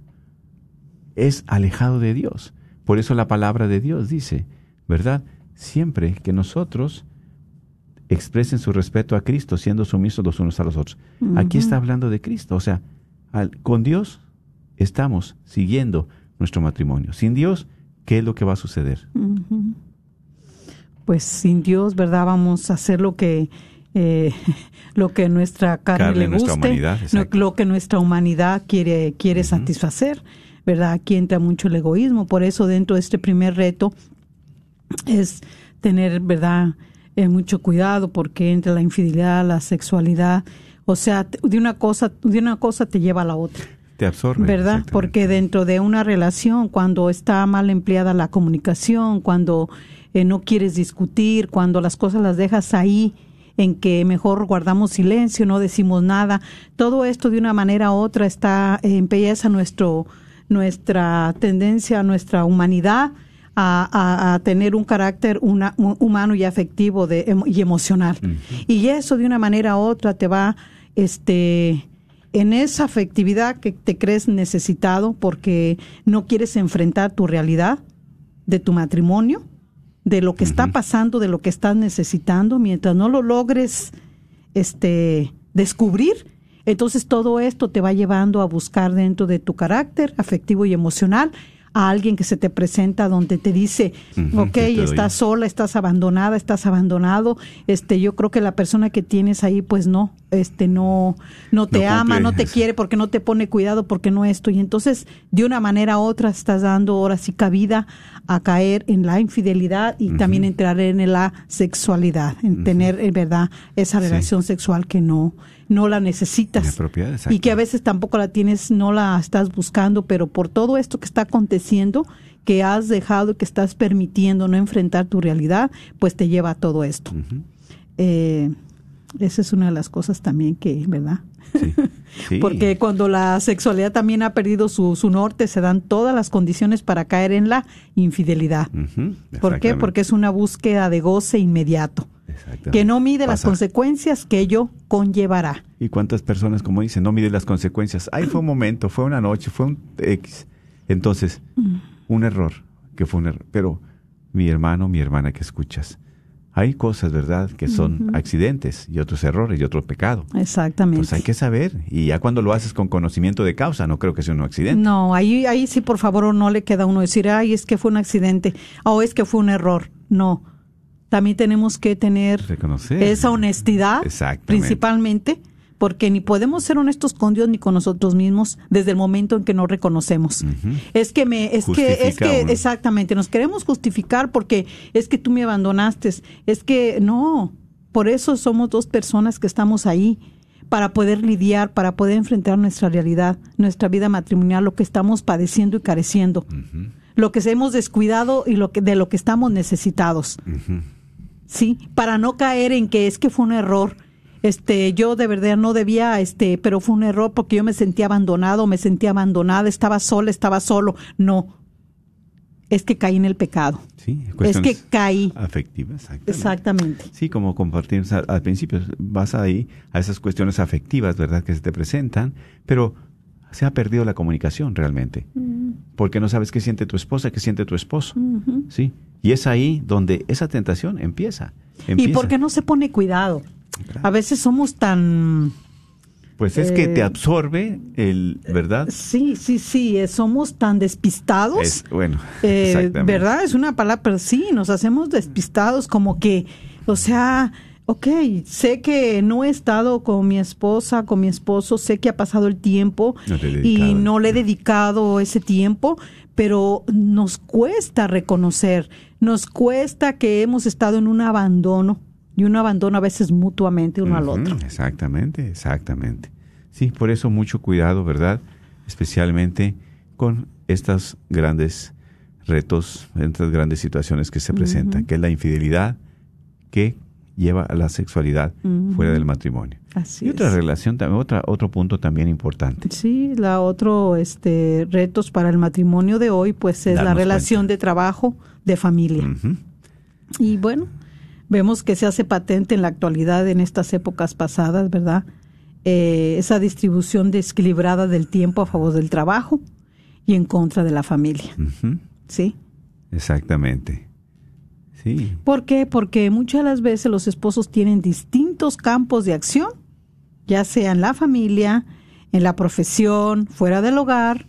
Es alejado de Dios. Por eso la palabra de Dios dice, ¿verdad? Siempre que nosotros expresen su respeto a Cristo, siendo sumisos los unos a los otros. Uh-huh. Aquí está hablando de Cristo. O sea, con Dios estamos siguiendo nuestro matrimonio. Sin Dios, ¿qué es lo que va a suceder? Uh-huh. Pues sin Dios, ¿verdad? Vamos a hacer lo que nuestra carne le guste, humanidad, lo que nuestra humanidad quiere uh-huh. satisfacer, ¿verdad? Aquí entra mucho el egoísmo. Por eso dentro de este primer reto es tener, ¿verdad?, mucho cuidado porque entra la infidelidad, la sexualidad. O sea, de una cosa te lleva a la otra. Te absorbe. ¿Verdad? Porque dentro de una relación, cuando está mal empleada la comunicación, cuando no quieres discutir, cuando las cosas las dejas ahí, en que mejor guardamos silencio, no decimos nada, todo esto de una manera u otra empieza nuestra tendencia, nuestra humanidad a tener un carácter humano y afectivo y emocional. Uh-huh. Y eso de una manera u otra te va en esa afectividad que te crees necesitado porque no quieres enfrentar tu realidad de tu matrimonio, de lo que uh-huh. está pasando, de lo que estás necesitando, mientras no lo logres descubrir, entonces todo esto te va llevando a buscar dentro de tu carácter afectivo y emocional a alguien que se te presenta donde te dice, uh-huh, okay, estás sola, estás abandonada, estás abandonado, yo creo que la persona que tienes ahí pues no te ama, no te quiere porque no te pone cuidado, porque no esto, y entonces de una manera u otra estás dando ahora sí cabida a caer en la infidelidad y uh-huh. también entrar en la sexualidad, en uh-huh. tener en verdad esa relación sexual que no la necesitas y que a veces tampoco la tienes, no la estás buscando, pero por todo esto que está aconteciendo, que has dejado, que estás permitiendo no enfrentar tu realidad, pues te lleva a todo esto. Uh-huh. Esa es una de las cosas también que, ¿verdad? Sí. Sí. Porque cuando la sexualidad también ha perdido su norte, se dan todas las condiciones para caer en la infidelidad. ¿Por qué? Porque es una búsqueda de goce inmediato, que no mide las consecuencias que ello conllevará. ¿Y cuántas personas, como dicen, no mide las consecuencias? Ay, fue un momento, fue una noche, fue un X. Entonces, un error, que fue un error. Pero, mi hermano, mi hermana que escuchas, hay cosas, ¿verdad?, que son accidentes y otros errores y otro pecado. Exactamente. Entonces hay que saber. Y ya cuando lo haces con conocimiento de causa, no creo que sea un accidente. No, ahí sí, por favor, no le queda a uno decir, ay, es que fue un accidente o es que fue un error. No. También tenemos que tener esa honestidad, principalmente, porque ni podemos ser honestos con Dios ni con nosotros mismos desde el momento en que nos reconocemos. Es que exactamente, nos queremos justificar porque es que tú me abandonaste, es que no, por eso somos dos personas que estamos ahí, para poder lidiar, para poder enfrentar nuestra realidad, nuestra vida matrimonial, lo que estamos padeciendo y careciendo, lo que hemos descuidado y de lo que estamos necesitados. Sí, para no caer en que es que fue un error. Yo de verdad no debía, pero fue un error porque yo me sentía abandonado, me sentía abandonada, estaba sola, estaba solo. No, es que caí en el pecado. Sí, es que caí. Afectivas, exactamente. Sí, como compartimos al principio, vas ahí a esas cuestiones afectivas, ¿verdad?, que se te presentan, pero se ha perdido la comunicación realmente, porque no sabes qué siente tu esposa, qué siente tu esposo, ¿sí? Y es ahí donde esa tentación empieza. ¿Y por qué no se pone cuidado? A veces somos tan... Pues es que te absorbe ¿verdad? Sí, somos tan despistados. Exactamente. ¿Verdad? Es una palabra, pero sí, nos hacemos despistados como que, o sea, sé que no he estado con mi esposa, con mi esposo, sé que ha pasado el tiempo y no le he dedicado ese tiempo, pero nos cuesta reconocer, nos cuesta que hemos estado en un abandono. Y uno abandona a veces mutuamente uno al otro. Exactamente. Sí, por eso mucho cuidado, ¿verdad? Especialmente con estos grandes retos, estas grandes situaciones que se presentan, que es la infidelidad que lleva a la sexualidad fuera del matrimonio. Así y otra relación, otro punto también importante. Sí, retos para el matrimonio de hoy, pues es la relación de trabajo, de familia. Y bueno, vemos que se hace patente en la actualidad, en estas épocas pasadas, ¿verdad? Esa distribución desequilibrada del tiempo a favor del trabajo y en contra de la familia. ¿Sí? Exactamente. Sí. ¿Por qué? Porque muchas de las veces los esposos tienen distintos campos de acción, ya sea en la familia, en la profesión, fuera del hogar.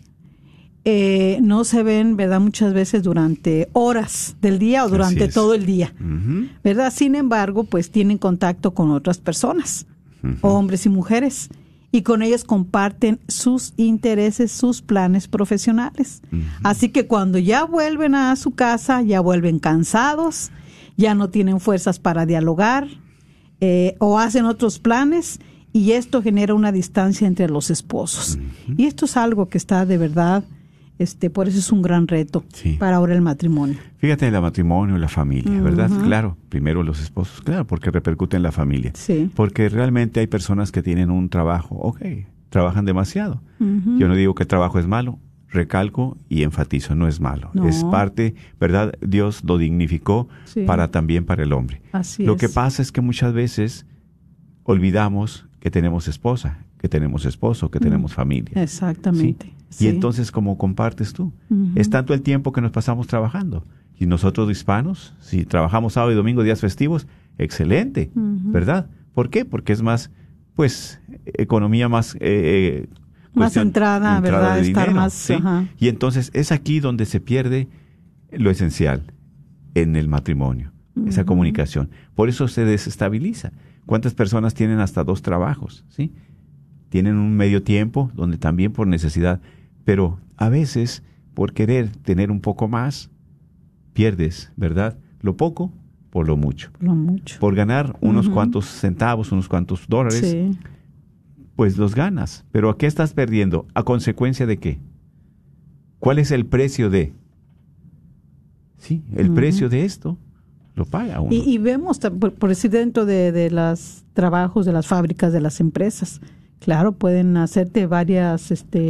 No se ven, ¿verdad?, muchas veces durante horas del día o durante todo el día, ¿verdad? Sin embargo, pues tienen contacto con otras personas, hombres y mujeres, y con ellos comparten sus intereses, sus planes profesionales. Así que cuando ya vuelven a su casa, ya vuelven cansados, ya no tienen fuerzas para dialogar, o hacen otros planes, y esto genera una distancia entre los esposos. Y esto es algo que está de verdad... por eso es un gran reto para ahora el matrimonio. Fíjate en el matrimonio, la familia, ¿verdad? Claro, primero los esposos, claro, porque repercute en la familia. Sí. Porque realmente hay personas que tienen un trabajo, trabajan demasiado. Yo no digo que el trabajo es malo, recalco y enfatizo, no es malo. No. Es parte, ¿verdad? Dios lo dignificó también para el hombre. Lo que pasa es que muchas veces olvidamos que tenemos esposa, que tenemos esposo, que tenemos familia. Exactamente. ¿Sí? Y entonces, ¿cómo compartes tú? Es tanto el tiempo que nos pasamos trabajando. Y nosotros hispanos, si trabajamos sábado y domingo, días festivos, excelente, ¿verdad? ¿Por qué? Porque es más, pues, economía más... más entrada, ¿verdad? Estar dinero, más... ¿sí? Y entonces es aquí donde se pierde lo esencial en el matrimonio, esa comunicación. Por eso se desestabiliza. ¿Cuántas personas tienen hasta 2 trabajos? ¿Sí? Tienen un medio tiempo donde también por necesidad, pero a veces por querer tener un poco más, pierdes, ¿verdad? Lo poco por lo mucho. Por ganar unos cuantos centavos, unos cuantos dólares, pues los ganas. Pero ¿a qué estás perdiendo? ¿A consecuencia de qué? ¿Cuál es el precio de? Sí, el precio de esto. Lo paga uno. Y vemos, por decir, dentro de los trabajos de las fábricas, de las empresas, claro, pueden hacerte varias,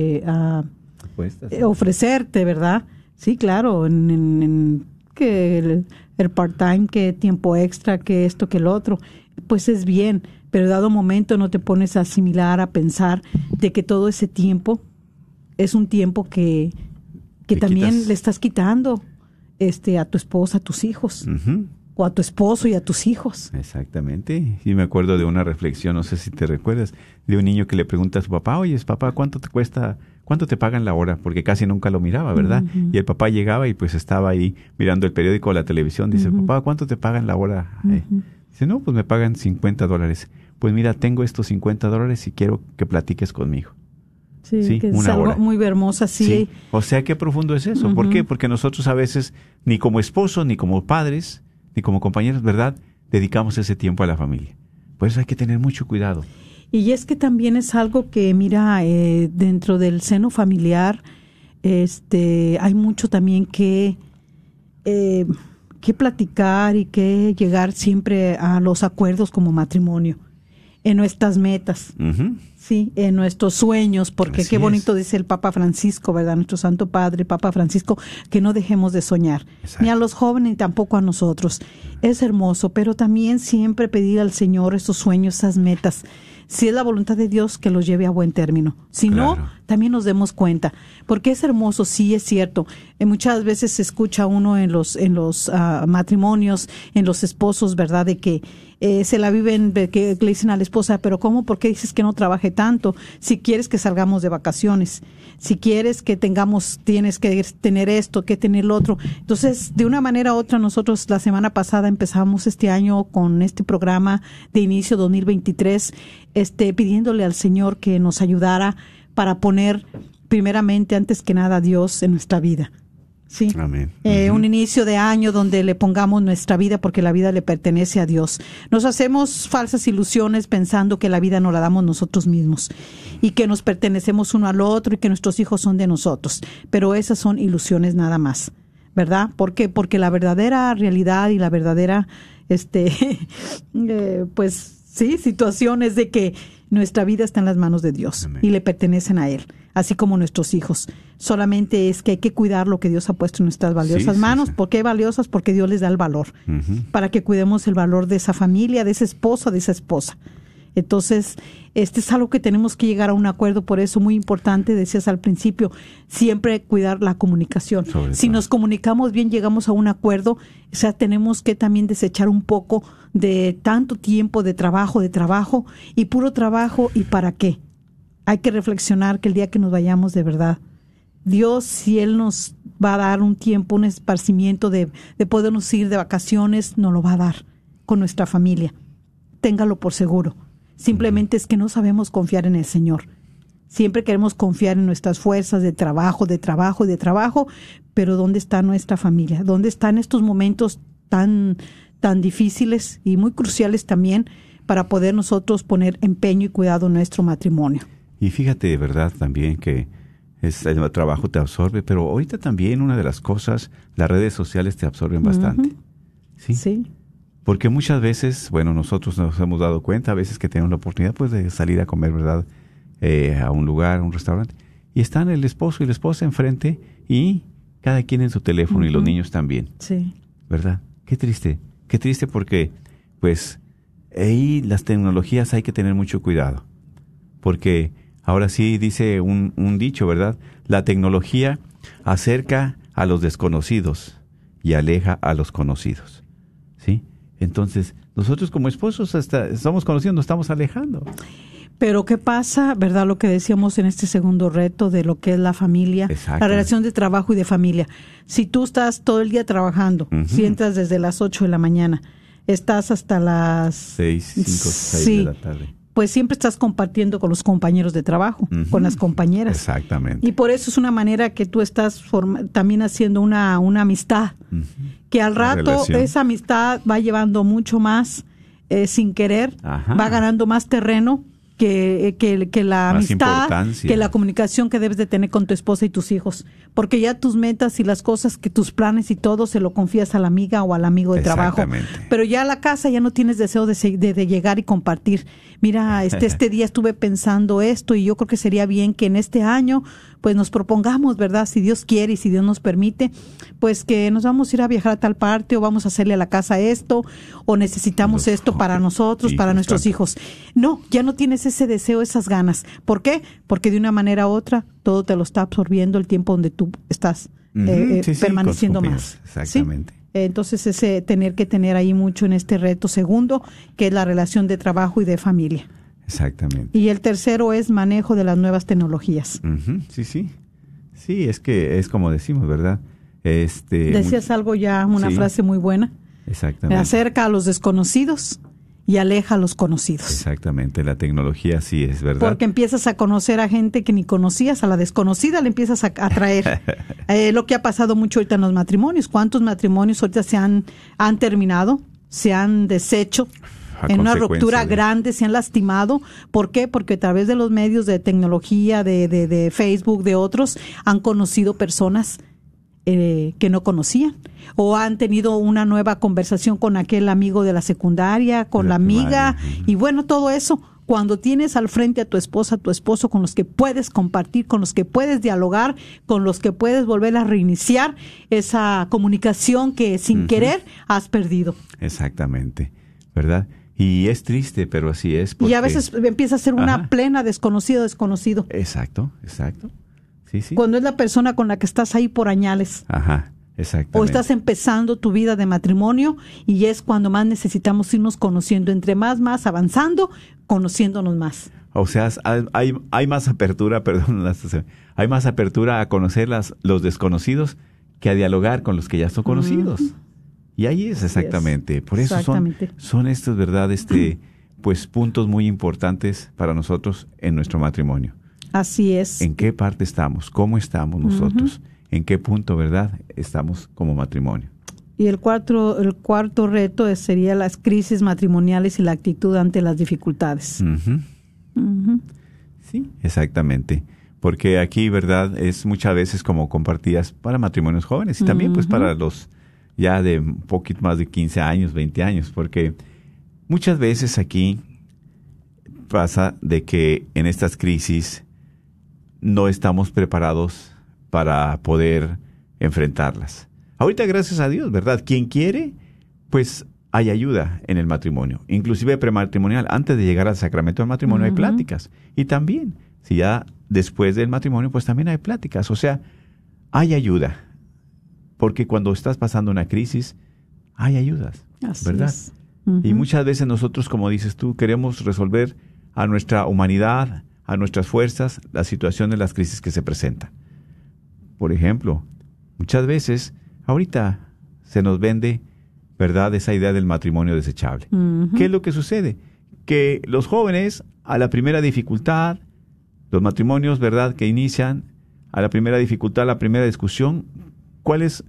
ofrecerte, ¿verdad? Sí, claro, que el part-time, que tiempo extra, que esto, que el otro, pues es bien, pero dado momento no te pones a asimilar, a pensar de que todo ese tiempo es un tiempo que también le estás quitando a tu esposa, a tus hijos, o a tu esposo y a tus hijos. Exactamente. Y me acuerdo de una reflexión, no sé si te recuerdas, de un niño que le pregunta a su papá, oye, papá, ¿cuánto te cuesta, cuánto te pagan la hora? Porque casi nunca lo miraba, ¿verdad? Y el papá llegaba y pues estaba ahí mirando el periódico o la televisión. Dice, papá, ¿cuánto te pagan la hora? Dice, no, pues me pagan $50. Pues mira, tengo estos $50 y quiero que platiques conmigo. Sí, que es algo muy hermosa, sí. O sea, qué profundo es eso. ¿Por qué? Porque nosotros a veces, ni como esposos, ni como padres, ni como compañeros, ¿verdad?, dedicamos ese tiempo a la familia. Por eso hay que tener mucho cuidado. Y es que también es algo que, mira, dentro del seno familiar, hay mucho también que platicar y que llegar siempre a los acuerdos como matrimonio, en nuestras metas. Sí, en nuestros sueños, porque así qué bonito dice el Papa Francisco, ¿verdad? Nuestro Santo Padre, Papa Francisco, que no dejemos de soñar, ni a los jóvenes ni tampoco a nosotros. Es hermoso, pero también siempre pedir al Señor esos sueños, esas metas. Si es la voluntad de Dios, que los lleve a buen término. Si no, también nos demos cuenta, porque es hermoso, sí, es cierto. Muchas veces se escucha uno en los matrimonios, en los esposos, ¿verdad?, de que se la viven, que le dicen a la esposa, pero ¿cómo? ¿Por qué dices que no trabaje tanto? Si quieres que salgamos de vacaciones, si quieres que tienes que tener esto, que tener lo otro. Entonces, de una manera u otra, nosotros la semana pasada empezamos este año con este programa de inicio 2023, pidiéndole al Señor que nos ayudara para poner primeramente, antes que nada, a Dios en nuestra vida. Sí. Amén. Un inicio de año donde le pongamos nuestra vida, porque la vida le pertenece a Dios. Nos hacemos falsas ilusiones pensando que la vida nos la damos nosotros mismos y que nos pertenecemos uno al otro y que nuestros hijos son de nosotros. Pero esas son ilusiones nada más, ¿verdad? ¿Por qué? Porque la verdadera realidad y la verdadera, pues sí, situación es de que nuestra vida está en las manos de Dios. Amén. Y le pertenecen a Él, así como nuestros hijos. Solamente es que hay que cuidar lo que Dios ha puesto en nuestras valiosas manos. ¿Por qué valiosas? Porque Dios les da el valor, para que cuidemos el valor de esa familia, de ese esposo, de esa esposa. Entonces, es algo que tenemos que llegar a un acuerdo. Por eso, muy importante, decías al principio, siempre cuidar la comunicación. Si nos comunicamos bien, llegamos a un acuerdo, o sea, tenemos que también desechar un poco de tanto tiempo de trabajo y puro trabajo. ¿Y para qué? Hay que reflexionar que el día que nos vayamos, de verdad, Dios, si Él nos va a dar un tiempo, un esparcimiento de podernos ir de vacaciones, nos lo va a dar con nuestra familia. Téngalo por seguro. Simplemente es que no sabemos confiar en el Señor. Siempre queremos confiar en nuestras fuerzas de trabajo, pero ¿dónde está nuestra familia? ¿Dónde están estos momentos tan difíciles y muy cruciales también para poder nosotros poner empeño y cuidado en nuestro matrimonio? Y fíjate, de verdad, también que el trabajo te absorbe, pero ahorita también una de las cosas, las redes sociales te absorben bastante. Sí. Porque muchas veces, bueno, nosotros nos hemos dado cuenta, a veces que tenemos la oportunidad pues de salir a comer, ¿verdad?, a un lugar, a un restaurante, y están el esposo y la esposa enfrente y cada quien en su teléfono y los niños también. Sí. ¿Verdad? Qué triste porque pues ahí las tecnologías hay que tener mucho cuidado, porque ahora sí dice un dicho, ¿verdad? La tecnología acerca a los desconocidos y aleja a los conocidos, ¿sí? Entonces, nosotros como esposos estamos conociendo, nos estamos alejando. Pero ¿qué pasa, verdad, lo que decíamos en este segundo reto de lo que es la familia, la relación de trabajo y de familia? Si tú estás todo el día trabajando, si entras desde las 8 de la mañana, estás hasta las 6 de la tarde, pues siempre estás compartiendo con los compañeros de trabajo, con las compañeras. Exactamente. Y por eso es una manera que tú estás también haciendo una amistad, que al rato esa amistad va llevando mucho más, sin querer, va ganando más terreno que la Más amistad, importancia. que la comunicación que debes de tener con tu esposa y tus hijos, porque ya tus metas y las cosas, que tus planes y todo se lo confías a la amiga o al amigo de trabajo, pero ya a la casa ya no tienes deseo de llegar y compartir. Mira, este día estuve pensando esto y yo creo que sería bien que en este año pues nos propongamos, ¿verdad? Si Dios quiere y si Dios nos permite, pues que nos vamos a ir a viajar a tal parte o vamos a hacerle a la casa esto o necesitamos esto para nosotros, para nuestros hijos. No, ya no tienes ese deseo, esas ganas. ¿Por qué? Porque de una manera u otra todo te lo está absorbiendo el tiempo donde tú estás permaneciendo más. Exactamente. ¿Sí? Entonces ese tener que tener ahí mucho en este reto segundo, que es la relación de trabajo y de familia. Exactamente. Y el tercero es manejo de las nuevas tecnologías. Sí. Sí, es que es como decimos, ¿verdad? Decías algo ya, una frase muy buena. Exactamente. Acerca a los desconocidos y aleja a los conocidos. Exactamente, la tecnología sí es verdad. Porque empiezas a conocer a gente que ni conocías, a la desconocida le empiezas a atraer. Lo que ha pasado mucho ahorita en los matrimonios. ¿Cuántos matrimonios ahorita se han terminado, se han deshecho? En una ruptura grande, se han lastimado. ¿Por qué? Porque a través de los medios de tecnología, de Facebook, de otros, han conocido personas que no conocían, o han tenido una nueva conversación con aquel amigo de la secundaria, con la amiga, y bueno, todo eso. Cuando tienes al frente a tu esposa, a tu esposo, con los que puedes compartir, con los que puedes dialogar, con los que puedes volver a reiniciar esa comunicación que sin querer has perdido. Exactamente, ¿verdad? Y es triste, pero así es. Y a veces empieza a ser una plena desconocido. Exacto. Sí. Cuando es la persona con la que estás ahí por añales. Exactamente. O estás empezando tu vida de matrimonio y es cuando más necesitamos irnos conociendo. Entre más avanzando, conociéndonos más. O sea, hay más apertura, hay más apertura a conocer los desconocidos que a dialogar con los que ya son conocidos. Y ahí es exactamente. Por eso son estos, ¿verdad? Pues puntos muy importantes para nosotros en nuestro matrimonio. Así es. ¿En qué parte estamos? ¿Cómo estamos nosotros? ¿En qué punto, verdad, estamos como matrimonio? Y el cuarto reto sería las crisis matrimoniales y la actitud ante las dificultades. Sí, exactamente. Porque aquí, verdad, es muchas veces como compartidas para matrimonios jóvenes y también pues para los ya de un poquito más de 15 años, 20 años, porque muchas veces aquí pasa de que en estas crisis no estamos preparados para poder enfrentarlas. Ahorita, gracias a Dios, ¿verdad? Quien quiere, pues hay ayuda en el matrimonio. Inclusive prematrimonial, antes de llegar al sacramento del matrimonio hay pláticas. Y también, si ya después del matrimonio, pues también hay pláticas. O sea, hay ayuda. Porque cuando estás pasando una crisis, hay ayudas, ¿verdad? Así es. Y muchas veces nosotros, como dices tú, queremos resolver a nuestra humanidad, a nuestras fuerzas, la situación de las crisis que se presentan. Por ejemplo, muchas veces, ahorita se nos vende, ¿verdad?, esa idea del matrimonio desechable. ¿Qué es lo que sucede? Que los jóvenes, a la primera dificultad, los matrimonios, ¿verdad?, que inician, a la primera dificultad, la primera discusión, ¿cuál es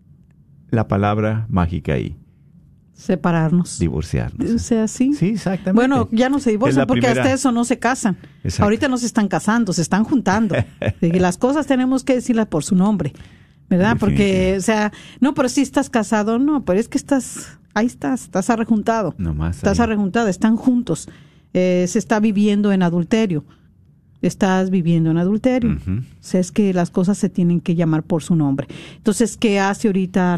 la palabra mágica ahí? Separarnos. Divorciarnos. O sea, sí. Sí, exactamente. Bueno, ya no se divorcian porque hasta eso no se casan. Exacto. Ahorita no se están casando, se están juntando. Y las cosas tenemos que decirlas por su nombre, ¿verdad? Porque, o sea, no, pero si estás casado, no, pero es que estás arrejuntado. Estás arrejuntado, están juntos. Se está viviendo en adulterio. Estás viviendo en adulterio. O sea, es que las cosas se tienen que llamar por su nombre. Entonces, ¿qué hace ahorita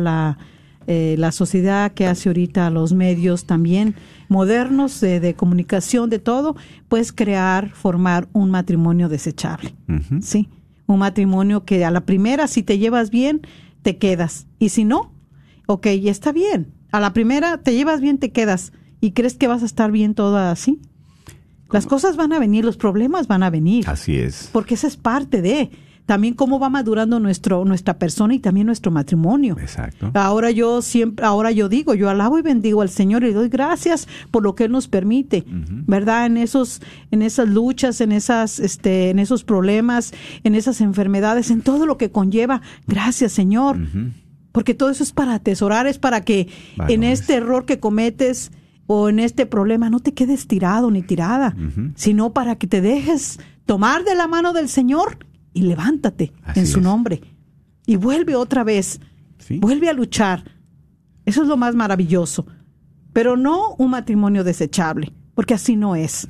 la sociedad? ¿Qué hace ahorita los medios también modernos de comunicación, de todo? Pues formar un matrimonio desechable. Sí, un matrimonio que a la primera, si te llevas bien, te quedas. Y si no, ok, ya está bien. A la primera te llevas bien, te quedas. ¿Y crees que vas a estar bien toda así? Las cosas van a venir, los problemas van a venir. Así es. Porque esa es parte de también cómo va madurando nuestra persona y también nuestro matrimonio. Exacto. Ahora yo digo, yo alabo y bendigo al Señor y le doy gracias por lo que Él nos permite, ¿verdad? En esas luchas, en esos problemas, en esas enfermedades, en todo lo que conlleva. Gracias, Señor. Porque todo eso es para atesorar, es para que en este error que cometes, o en este problema, no te quedes tirado ni tirada, sino para que te dejes tomar de la mano del Señor y levántate Así en su es. nombre. Y vuelve otra vez, Sí. vuelve a luchar. Eso es lo más maravilloso. Pero no un matrimonio desechable, porque así no es.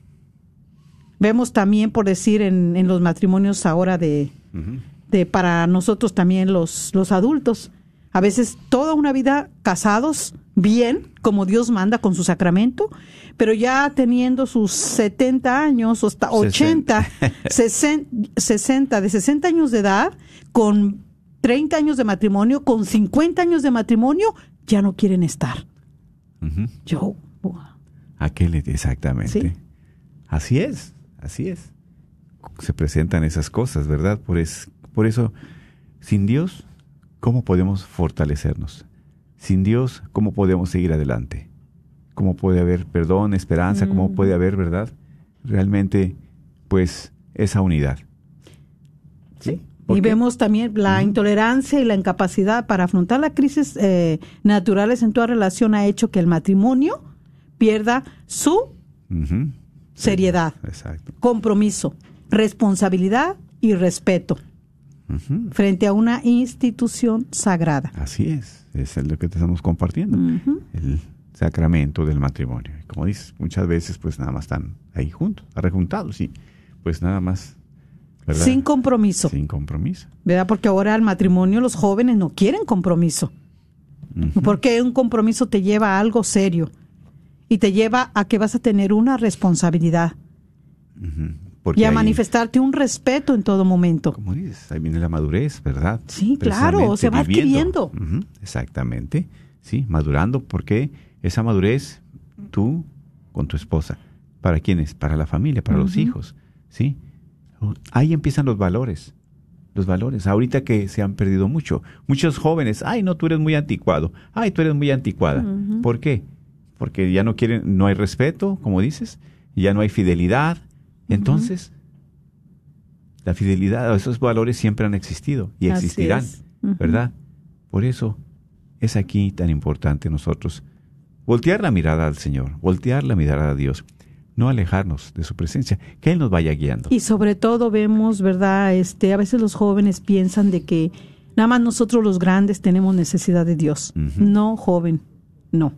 Vemos también, por decir, en los matrimonios ahora de para nosotros también los adultos, a veces toda una vida casados, bien, como Dios manda con su sacramento, pero ya teniendo sus 70 años, o hasta 80, 60, de 60 años de edad, con 30 años de matrimonio, con 50 años de matrimonio, ya no quieren estar. Yo, Exactamente. Sí. Así es. Se presentan esas cosas, ¿verdad? Por eso, sin Dios, ¿cómo podemos fortalecernos? Sin Dios, ¿cómo podemos seguir adelante? ¿Cómo puede haber perdón, esperanza? ¿Cómo puede haber, verdad? Realmente, pues, esa unidad. Sí. ¿Por Y qué? vemos también la intolerancia y la incapacidad para afrontar las crisis naturales en toda relación ha hecho que el matrimonio pierda su Ujú. seriedad, Exacto. compromiso, responsabilidad y respeto Ujú. frente a una institución sagrada. Así es lo que te estamos compartiendo, el sacramento del matrimonio. Y como dices, muchas veces pues nada más están ahí juntos, arrejuntados, y pues nada más, ¿verdad? Sin compromiso, Sin compromiso. ¿verdad? Porque ahora al matrimonio los jóvenes no quieren compromiso, Ujú. porque un compromiso te lleva a algo serio y te lleva a que vas a tener una responsabilidad Porque y a ahí, manifestarte un respeto en todo momento. como dices, ahí viene la madurez, ¿verdad? Sí, claro, se va adquiriendo. Ujú, exactamente, sí, madurando, porque esa madurez, tú con tu esposa, ¿para quiénes? Para la familia, para los hijos, ¿sí? Ahí empiezan los valores, ahorita que se han perdido mucho. Muchos jóvenes, ay, no, tú eres muy anticuado, ay, tú eres muy anticuada. ¿Por qué? Porque ya no quieren, no hay respeto, como dices, ya no hay fidelidad. Entonces, la fidelidad, esos valores siempre han existido y Así existirán, es. ¿verdad? Por eso es aquí tan importante nosotros voltear la mirada al Señor, voltear la mirada a Dios, no alejarnos de su presencia, que Él nos vaya guiando. Y sobre todo vemos, ¿verdad? A veces los jóvenes piensan de que nada más nosotros los grandes tenemos necesidad de Dios. No, joven, no.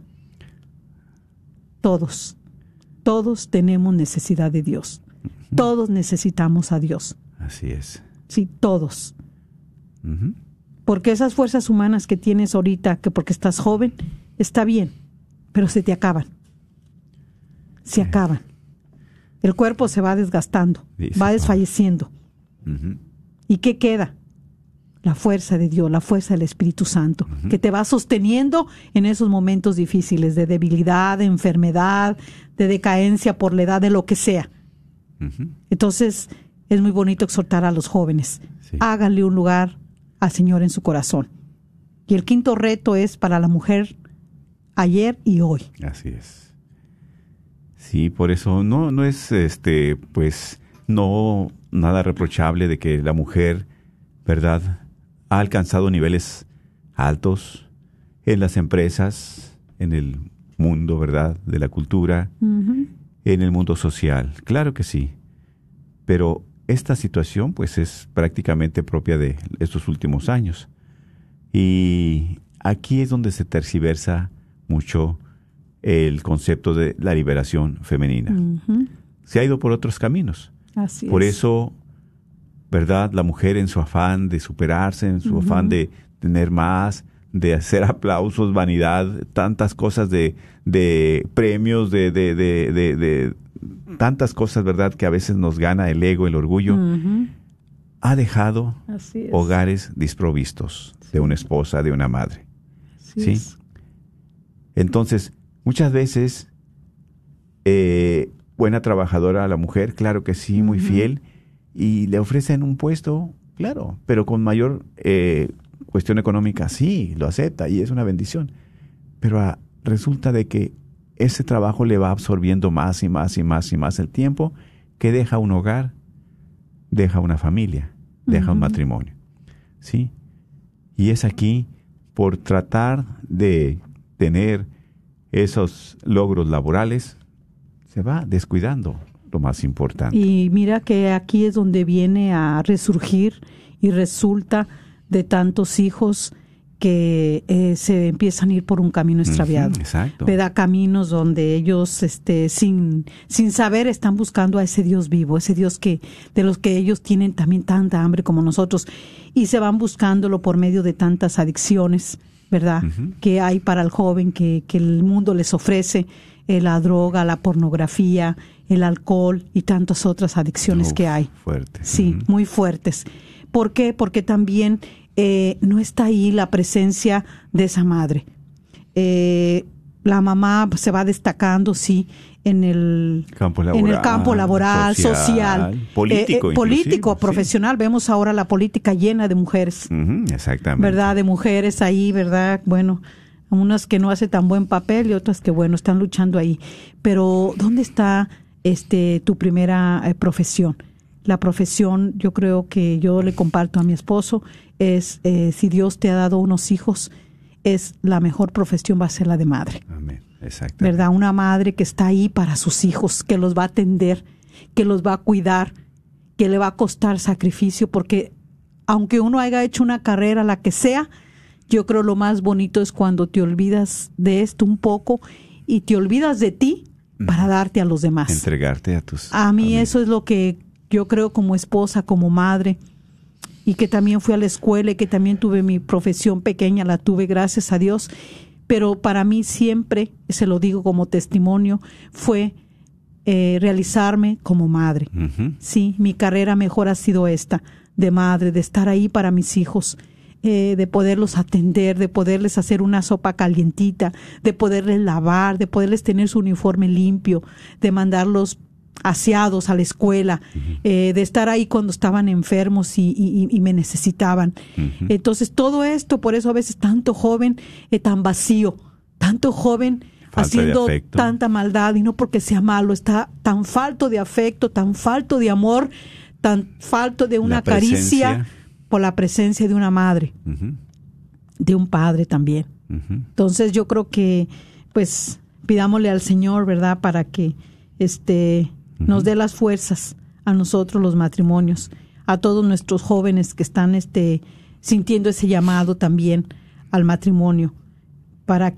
Todos tenemos necesidad de Dios. Todos necesitamos a Dios. Así es. Sí, todos. Ujú. Porque esas fuerzas humanas que tienes ahorita, que porque estás joven, está bien, pero se te acaban. Se acaban. El cuerpo se va desgastando, Dice va Pablo. desfalleciendo. Ujú. ¿Y qué queda? La fuerza de Dios, la fuerza del Espíritu Santo, que te va sosteniendo en esos momentos difíciles de debilidad, de enfermedad, de decadencia por la edad, de lo que sea. Ujú. Entonces, es muy bonito exhortar a los jóvenes. Sí. Háganle un lugar al Señor en su corazón. Y el quinto reto es para la mujer ayer y hoy. Así es. Sí, por eso no es pues no nada reprochable de que la mujer, ¿verdad?, ha alcanzado niveles altos en las empresas, en el mundo, ¿verdad?, de la cultura, en el mundo social. Claro que sí. Pero esta situación pues es prácticamente propia de estos últimos años. Y aquí es donde se tergiversa mucho el concepto de la liberación femenina. Se ha ido por otros caminos. Así Por es. eso, ¿verdad? La mujer en su afán de superarse, en su afán de tener más, de hacer aplausos, vanidad, tantas cosas de premios, de tantas cosas, ¿verdad? Que a veces nos gana el ego, el orgullo. Ha dejado Así es. hogares desprovistos de una esposa, de una madre. Así ¿sí? es. Entonces, muchas veces, buena trabajadora a la mujer, claro que sí, muy fiel, y le ofrecen un puesto, claro, pero con mayor cuestión económica, sí, lo acepta y es una bendición. Pero resulta de que ese trabajo le va absorbiendo más y más y más y más el tiempo que deja un hogar, deja una familia, deja un matrimonio, ¿sí? Y es aquí por tratar de tener esos logros laborales, se va descuidando lo más importante. Y mira que aquí es donde viene a resurgir y resulta de tantos hijos que se empiezan a ir por un camino extraviado. Exacto. Da caminos donde ellos sin saber están buscando a ese Dios vivo, ese Dios de los que ellos tienen también tanta hambre como nosotros, y se van buscándolo por medio de tantas adicciones, ¿verdad? Que hay para el joven que el mundo les ofrece, la droga, la pornografía, el alcohol y tantas otras adicciones que hay. Fuertes. Sí, muy fuertes. ¿Por qué? Porque también no está ahí la presencia de esa madre. La mamá se va destacando, sí, en el campo laboral, social, político, profesional. Sí. Vemos ahora la política llena de mujeres. Exactamente. ¿Verdad? De mujeres ahí, ¿verdad? Bueno, unas que no hacen tan buen papel y otras que, bueno, están luchando ahí. Pero, ¿dónde está tu primera profesión? La profesión, yo creo que yo le comparto a mi esposo, es si Dios te ha dado unos hijos, es la mejor profesión va a ser la de madre. Amén. Exactamente. ¿Verdad? Una madre que está ahí para sus hijos, que los va a atender, que los va a cuidar, que le va a costar sacrificio, porque aunque uno haya hecho una carrera, la que sea, yo creo lo más bonito es cuando te olvidas de esto un poco y te olvidas de ti para darte a los demás. Entregarte a tus A mí amigos. Eso es lo que yo creo como esposa, como madre, y que también fui a la escuela y que también tuve mi profesión pequeña, la tuve gracias a Dios, pero para mí siempre, se lo digo como testimonio, fue realizarme como madre. Sí, mi carrera mejor ha sido esta, de madre, de estar ahí para mis hijos, de poderlos atender, de poderles hacer una sopa calientita, de poderles lavar, de poderles tener su uniforme limpio, de mandarlos aseados a la escuela, de estar ahí cuando estaban enfermos y me necesitaban. Entonces todo esto, por eso a veces tanto joven tan vacío, tanto joven haciendo tanta maldad, y no porque sea malo, está tan falto de afecto, tan falto de amor, tan falto de una caricia por la presencia de una madre, de un padre también. Entonces yo creo que pues pidámosle al Señor, ¿verdad?, para que nos dé las fuerzas a nosotros los matrimonios, a todos nuestros jóvenes que están sintiendo ese llamado también al matrimonio, para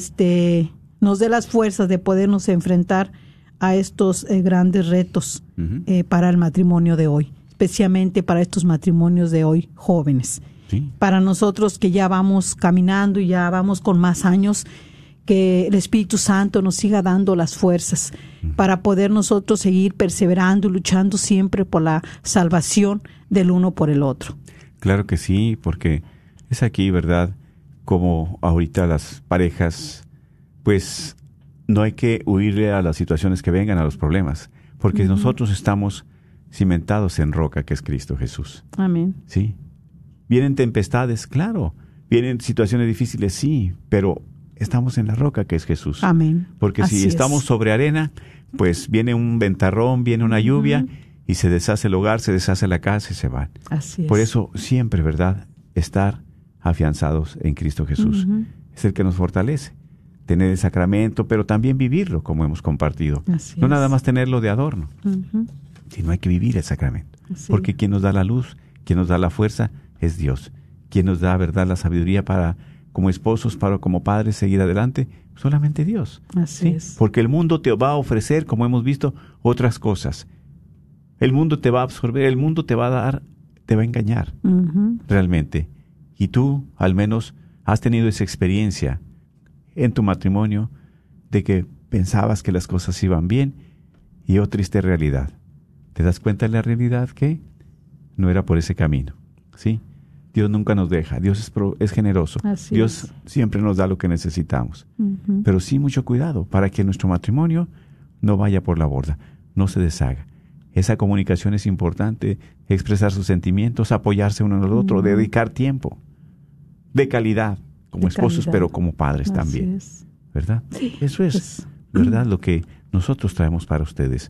que nos dé las fuerzas de podernos enfrentar a estos grandes retos para el matrimonio de hoy, especialmente para estos matrimonios de hoy jóvenes. Sí. Para nosotros que ya vamos caminando y ya vamos con más años, que el Espíritu Santo nos siga dando las fuerzas para poder nosotros seguir perseverando y luchando siempre por la salvación del uno por el otro. Claro que sí, porque es aquí, ¿verdad?, como ahorita las parejas, pues no hay que huirle a las situaciones que vengan, a los problemas, porque nosotros estamos cimentados en roca, que es Cristo Jesús. Amén. Sí. Vienen tempestades, claro. Vienen situaciones difíciles, sí, pero estamos en la roca, que es Jesús. Amén. Porque si estamos sobre arena, pues viene un ventarrón, viene una lluvia y se deshace el hogar, se deshace la casa y se van. Así es. Por eso siempre, ¿verdad?, estar afianzados en Cristo Jesús. Es el que nos fortalece. Tener el sacramento, pero también vivirlo, como hemos compartido. Así no es. nada más tenerlo de adorno, sino hay que vivir el sacramento. Así porque es. quien nos da la luz, quien nos da la fuerza, es Dios. Quien nos da, ¿verdad?, la sabiduría para, como esposos, para como padres, seguir adelante, solamente Dios. Así es. Porque el mundo te va a ofrecer, como hemos visto, otras cosas. El mundo te va a absorber, el mundo te va a dar, te va a engañar, realmente. Y tú, al menos, has tenido esa experiencia en tu matrimonio de que pensabas que las cosas iban bien y oh triste realidad. ¿Te das cuenta de la realidad que no era por ese camino? ¿Sí? Dios nunca nos deja, Dios es generoso. Así Dios es. siempre nos da lo que necesitamos. Pero sí mucho cuidado para que nuestro matrimonio no vaya por la borda, no se deshaga. Esa comunicación es importante, expresar sus sentimientos, apoyarse uno en el otro, dedicar tiempo de calidad, como esposos, pero como padres Así también. es. ¿Verdad? Sí. Eso es, ¿verdad?, lo que nosotros traemos para ustedes.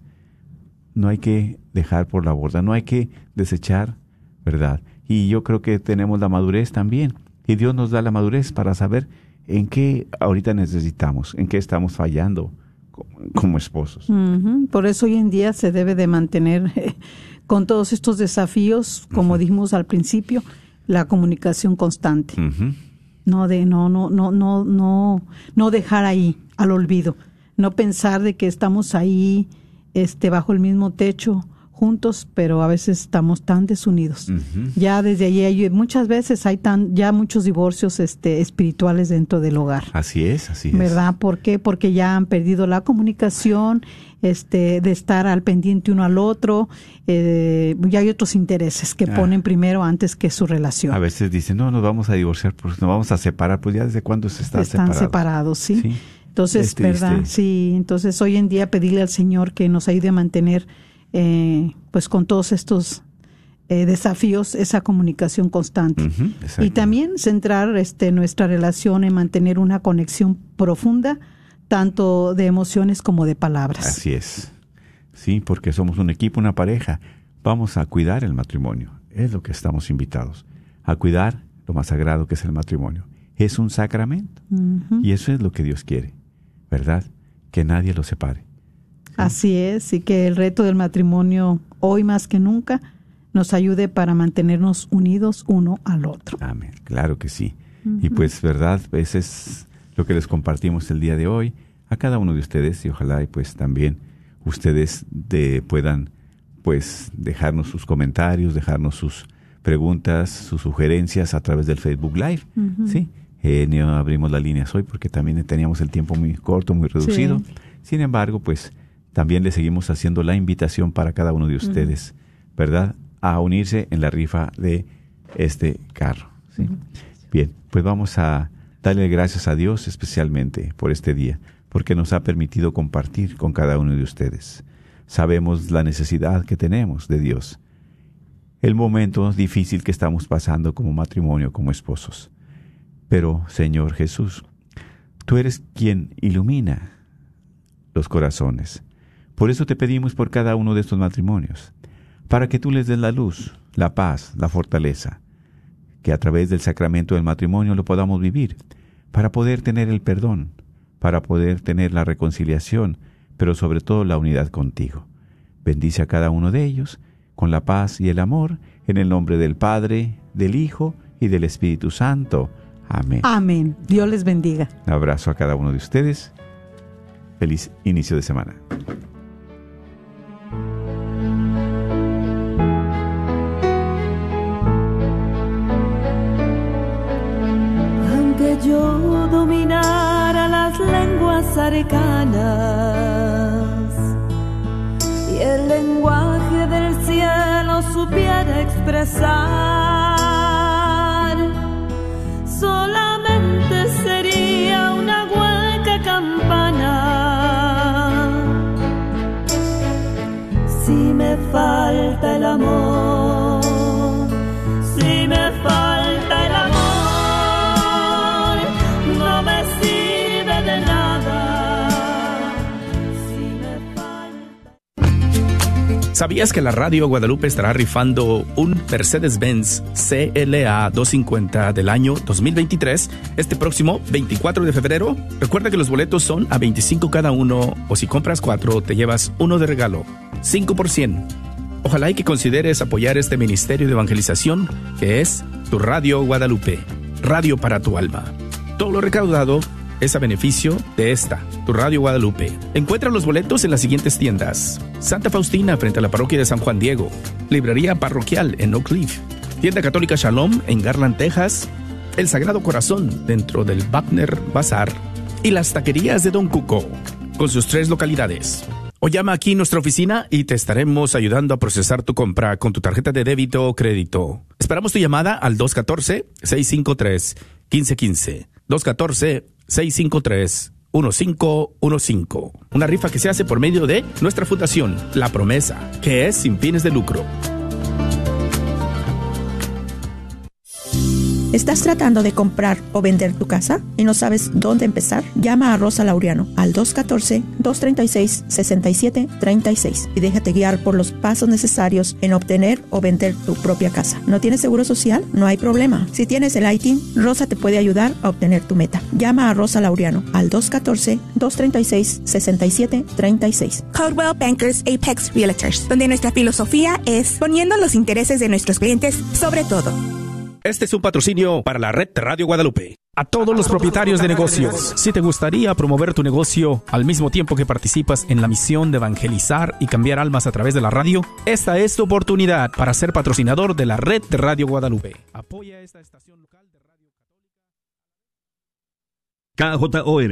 No hay que dejar por la borda, no hay que desechar, ¿verdad? Y yo creo que tenemos la madurez también. Y Dios nos da la madurez para saber ¿En qué ahorita necesitamos? ¿En qué estamos fallando como esposos? Por eso hoy en día se debe de mantener con todos estos desafíos, como dijimos al principio, la comunicación constante. No dejar ahí al olvido, no pensar de que estamos ahí bajo el mismo techo juntos, pero a veces estamos tan desunidos. Ya desde allí muchas veces hay ya muchos divorcios espirituales dentro del hogar. Así es. ¿Verdad? ¿Por qué? Porque ya han perdido la comunicación, de estar al pendiente uno al otro. Ya hay otros intereses que ponen primero antes que su relación. A veces dicen, no, nos vamos a divorciar, pues nos vamos a separar. Pues ya desde cuándo están separados, ¿sí? Entonces, ¿verdad? Sí, entonces hoy en día pedirle al Señor que nos ayude a mantener pues con todos estos desafíos, esa comunicación constante. Y también centrar nuestra relación en mantener una conexión profunda, tanto de emociones como de palabras. Así es. Sí, porque somos un equipo, una pareja. Vamos a cuidar el matrimonio. Es lo que estamos invitados. A cuidar lo más sagrado que es el matrimonio. Es un sacramento. Y eso es lo que Dios quiere, ¿verdad? Que nadie lo separe. Así es, y que el reto del matrimonio, hoy más que nunca, nos ayude para mantenernos unidos uno al otro. Amén, claro que sí. Y pues, ¿verdad? Ese es lo que les compartimos el día de hoy a cada uno de ustedes, y ojalá y pues también ustedes puedan pues dejarnos sus comentarios, dejarnos sus preguntas, sus sugerencias a través del Facebook Live, ¿sí? No abrimos las líneas hoy porque también teníamos el tiempo muy corto, muy reducido. Sí. Sin embargo, pues también le seguimos haciendo la invitación para cada uno de ustedes, ¿verdad? A unirse en la rifa de este carro, ¿sí? Bien, pues vamos a darle gracias a Dios especialmente por este día, porque nos ha permitido compartir con cada uno de ustedes. Sabemos la necesidad que tenemos de Dios, el momento difícil que estamos pasando como matrimonio, como esposos. Pero, Señor Jesús, tú eres quien ilumina los corazones. Por eso te pedimos por cada uno de estos matrimonios, para que tú les des la luz, la paz, la fortaleza, que a través del sacramento del matrimonio lo podamos vivir, para poder tener el perdón, para poder tener la reconciliación, pero sobre todo la unidad contigo. Bendice a cada uno de ellos con la paz y el amor, en el nombre del Padre, del Hijo y del Espíritu Santo. Amén. Amén. Dios les bendiga. Un abrazo a cada uno de ustedes. Feliz inicio de semana. Aunque yo dominara las lenguas arcanas y el lenguaje del cielo supiera expresar, solamente sería una hueca campana. Si me falta el amor, si me falta el amor, no me sirve de nada. Si me falta... ¿Sabías que la Radio Guadalupe estará rifando un Mercedes-Benz CLA 250 del año 2023 este próximo 24 de febrero? Recuerda que los boletos son a $25 cada uno, o si compras 4 te llevas uno de regalo, 5%. Ojalá y que consideres apoyar este ministerio de evangelización que es tu Radio Guadalupe, radio para tu alma. Todo lo recaudado es a beneficio de esta, tu Radio Guadalupe. Encuentra los boletos en las siguientes tiendas: Santa Faustina frente a la parroquia de San Juan Diego, Librería Parroquial en Oak Cliff, Tienda Católica Shalom en Garland, Texas, El Sagrado Corazón dentro del Wagner Bazar y las taquerías de Don Cuco, con sus 3 localidades. O llama aquí a nuestra oficina y te estaremos ayudando a procesar tu compra con tu tarjeta de débito o crédito. Esperamos tu llamada al 214-653-1515. 214-653-1515. Una rifa que se hace por medio de nuestra fundación, La Promesa, que es sin fines de lucro. ¿Estás tratando de comprar o vender tu casa y no sabes dónde empezar? Llama a Rosa Laureano al 214-236-6736 y déjate guiar por los pasos necesarios en obtener o vender tu propia casa. ¿No tienes seguro social? No hay problema. Si tienes el ITIN, Rosa te puede ayudar a obtener tu meta. Llama a Rosa Laureano al 214-236-6736. Coldwell Bankers Apex Realtors, donde nuestra filosofía es poniendo los intereses de nuestros clientes sobre todo. Este es un patrocinio para la red de Radio Guadalupe. A todos los propietarios de negocios, si te gustaría promover tu negocio al mismo tiempo que participas en la misión de evangelizar y cambiar almas a través de la radio, esta es tu oportunidad para ser patrocinador de la red de Radio Guadalupe. Apoya esta estación local de radio católica. KJOR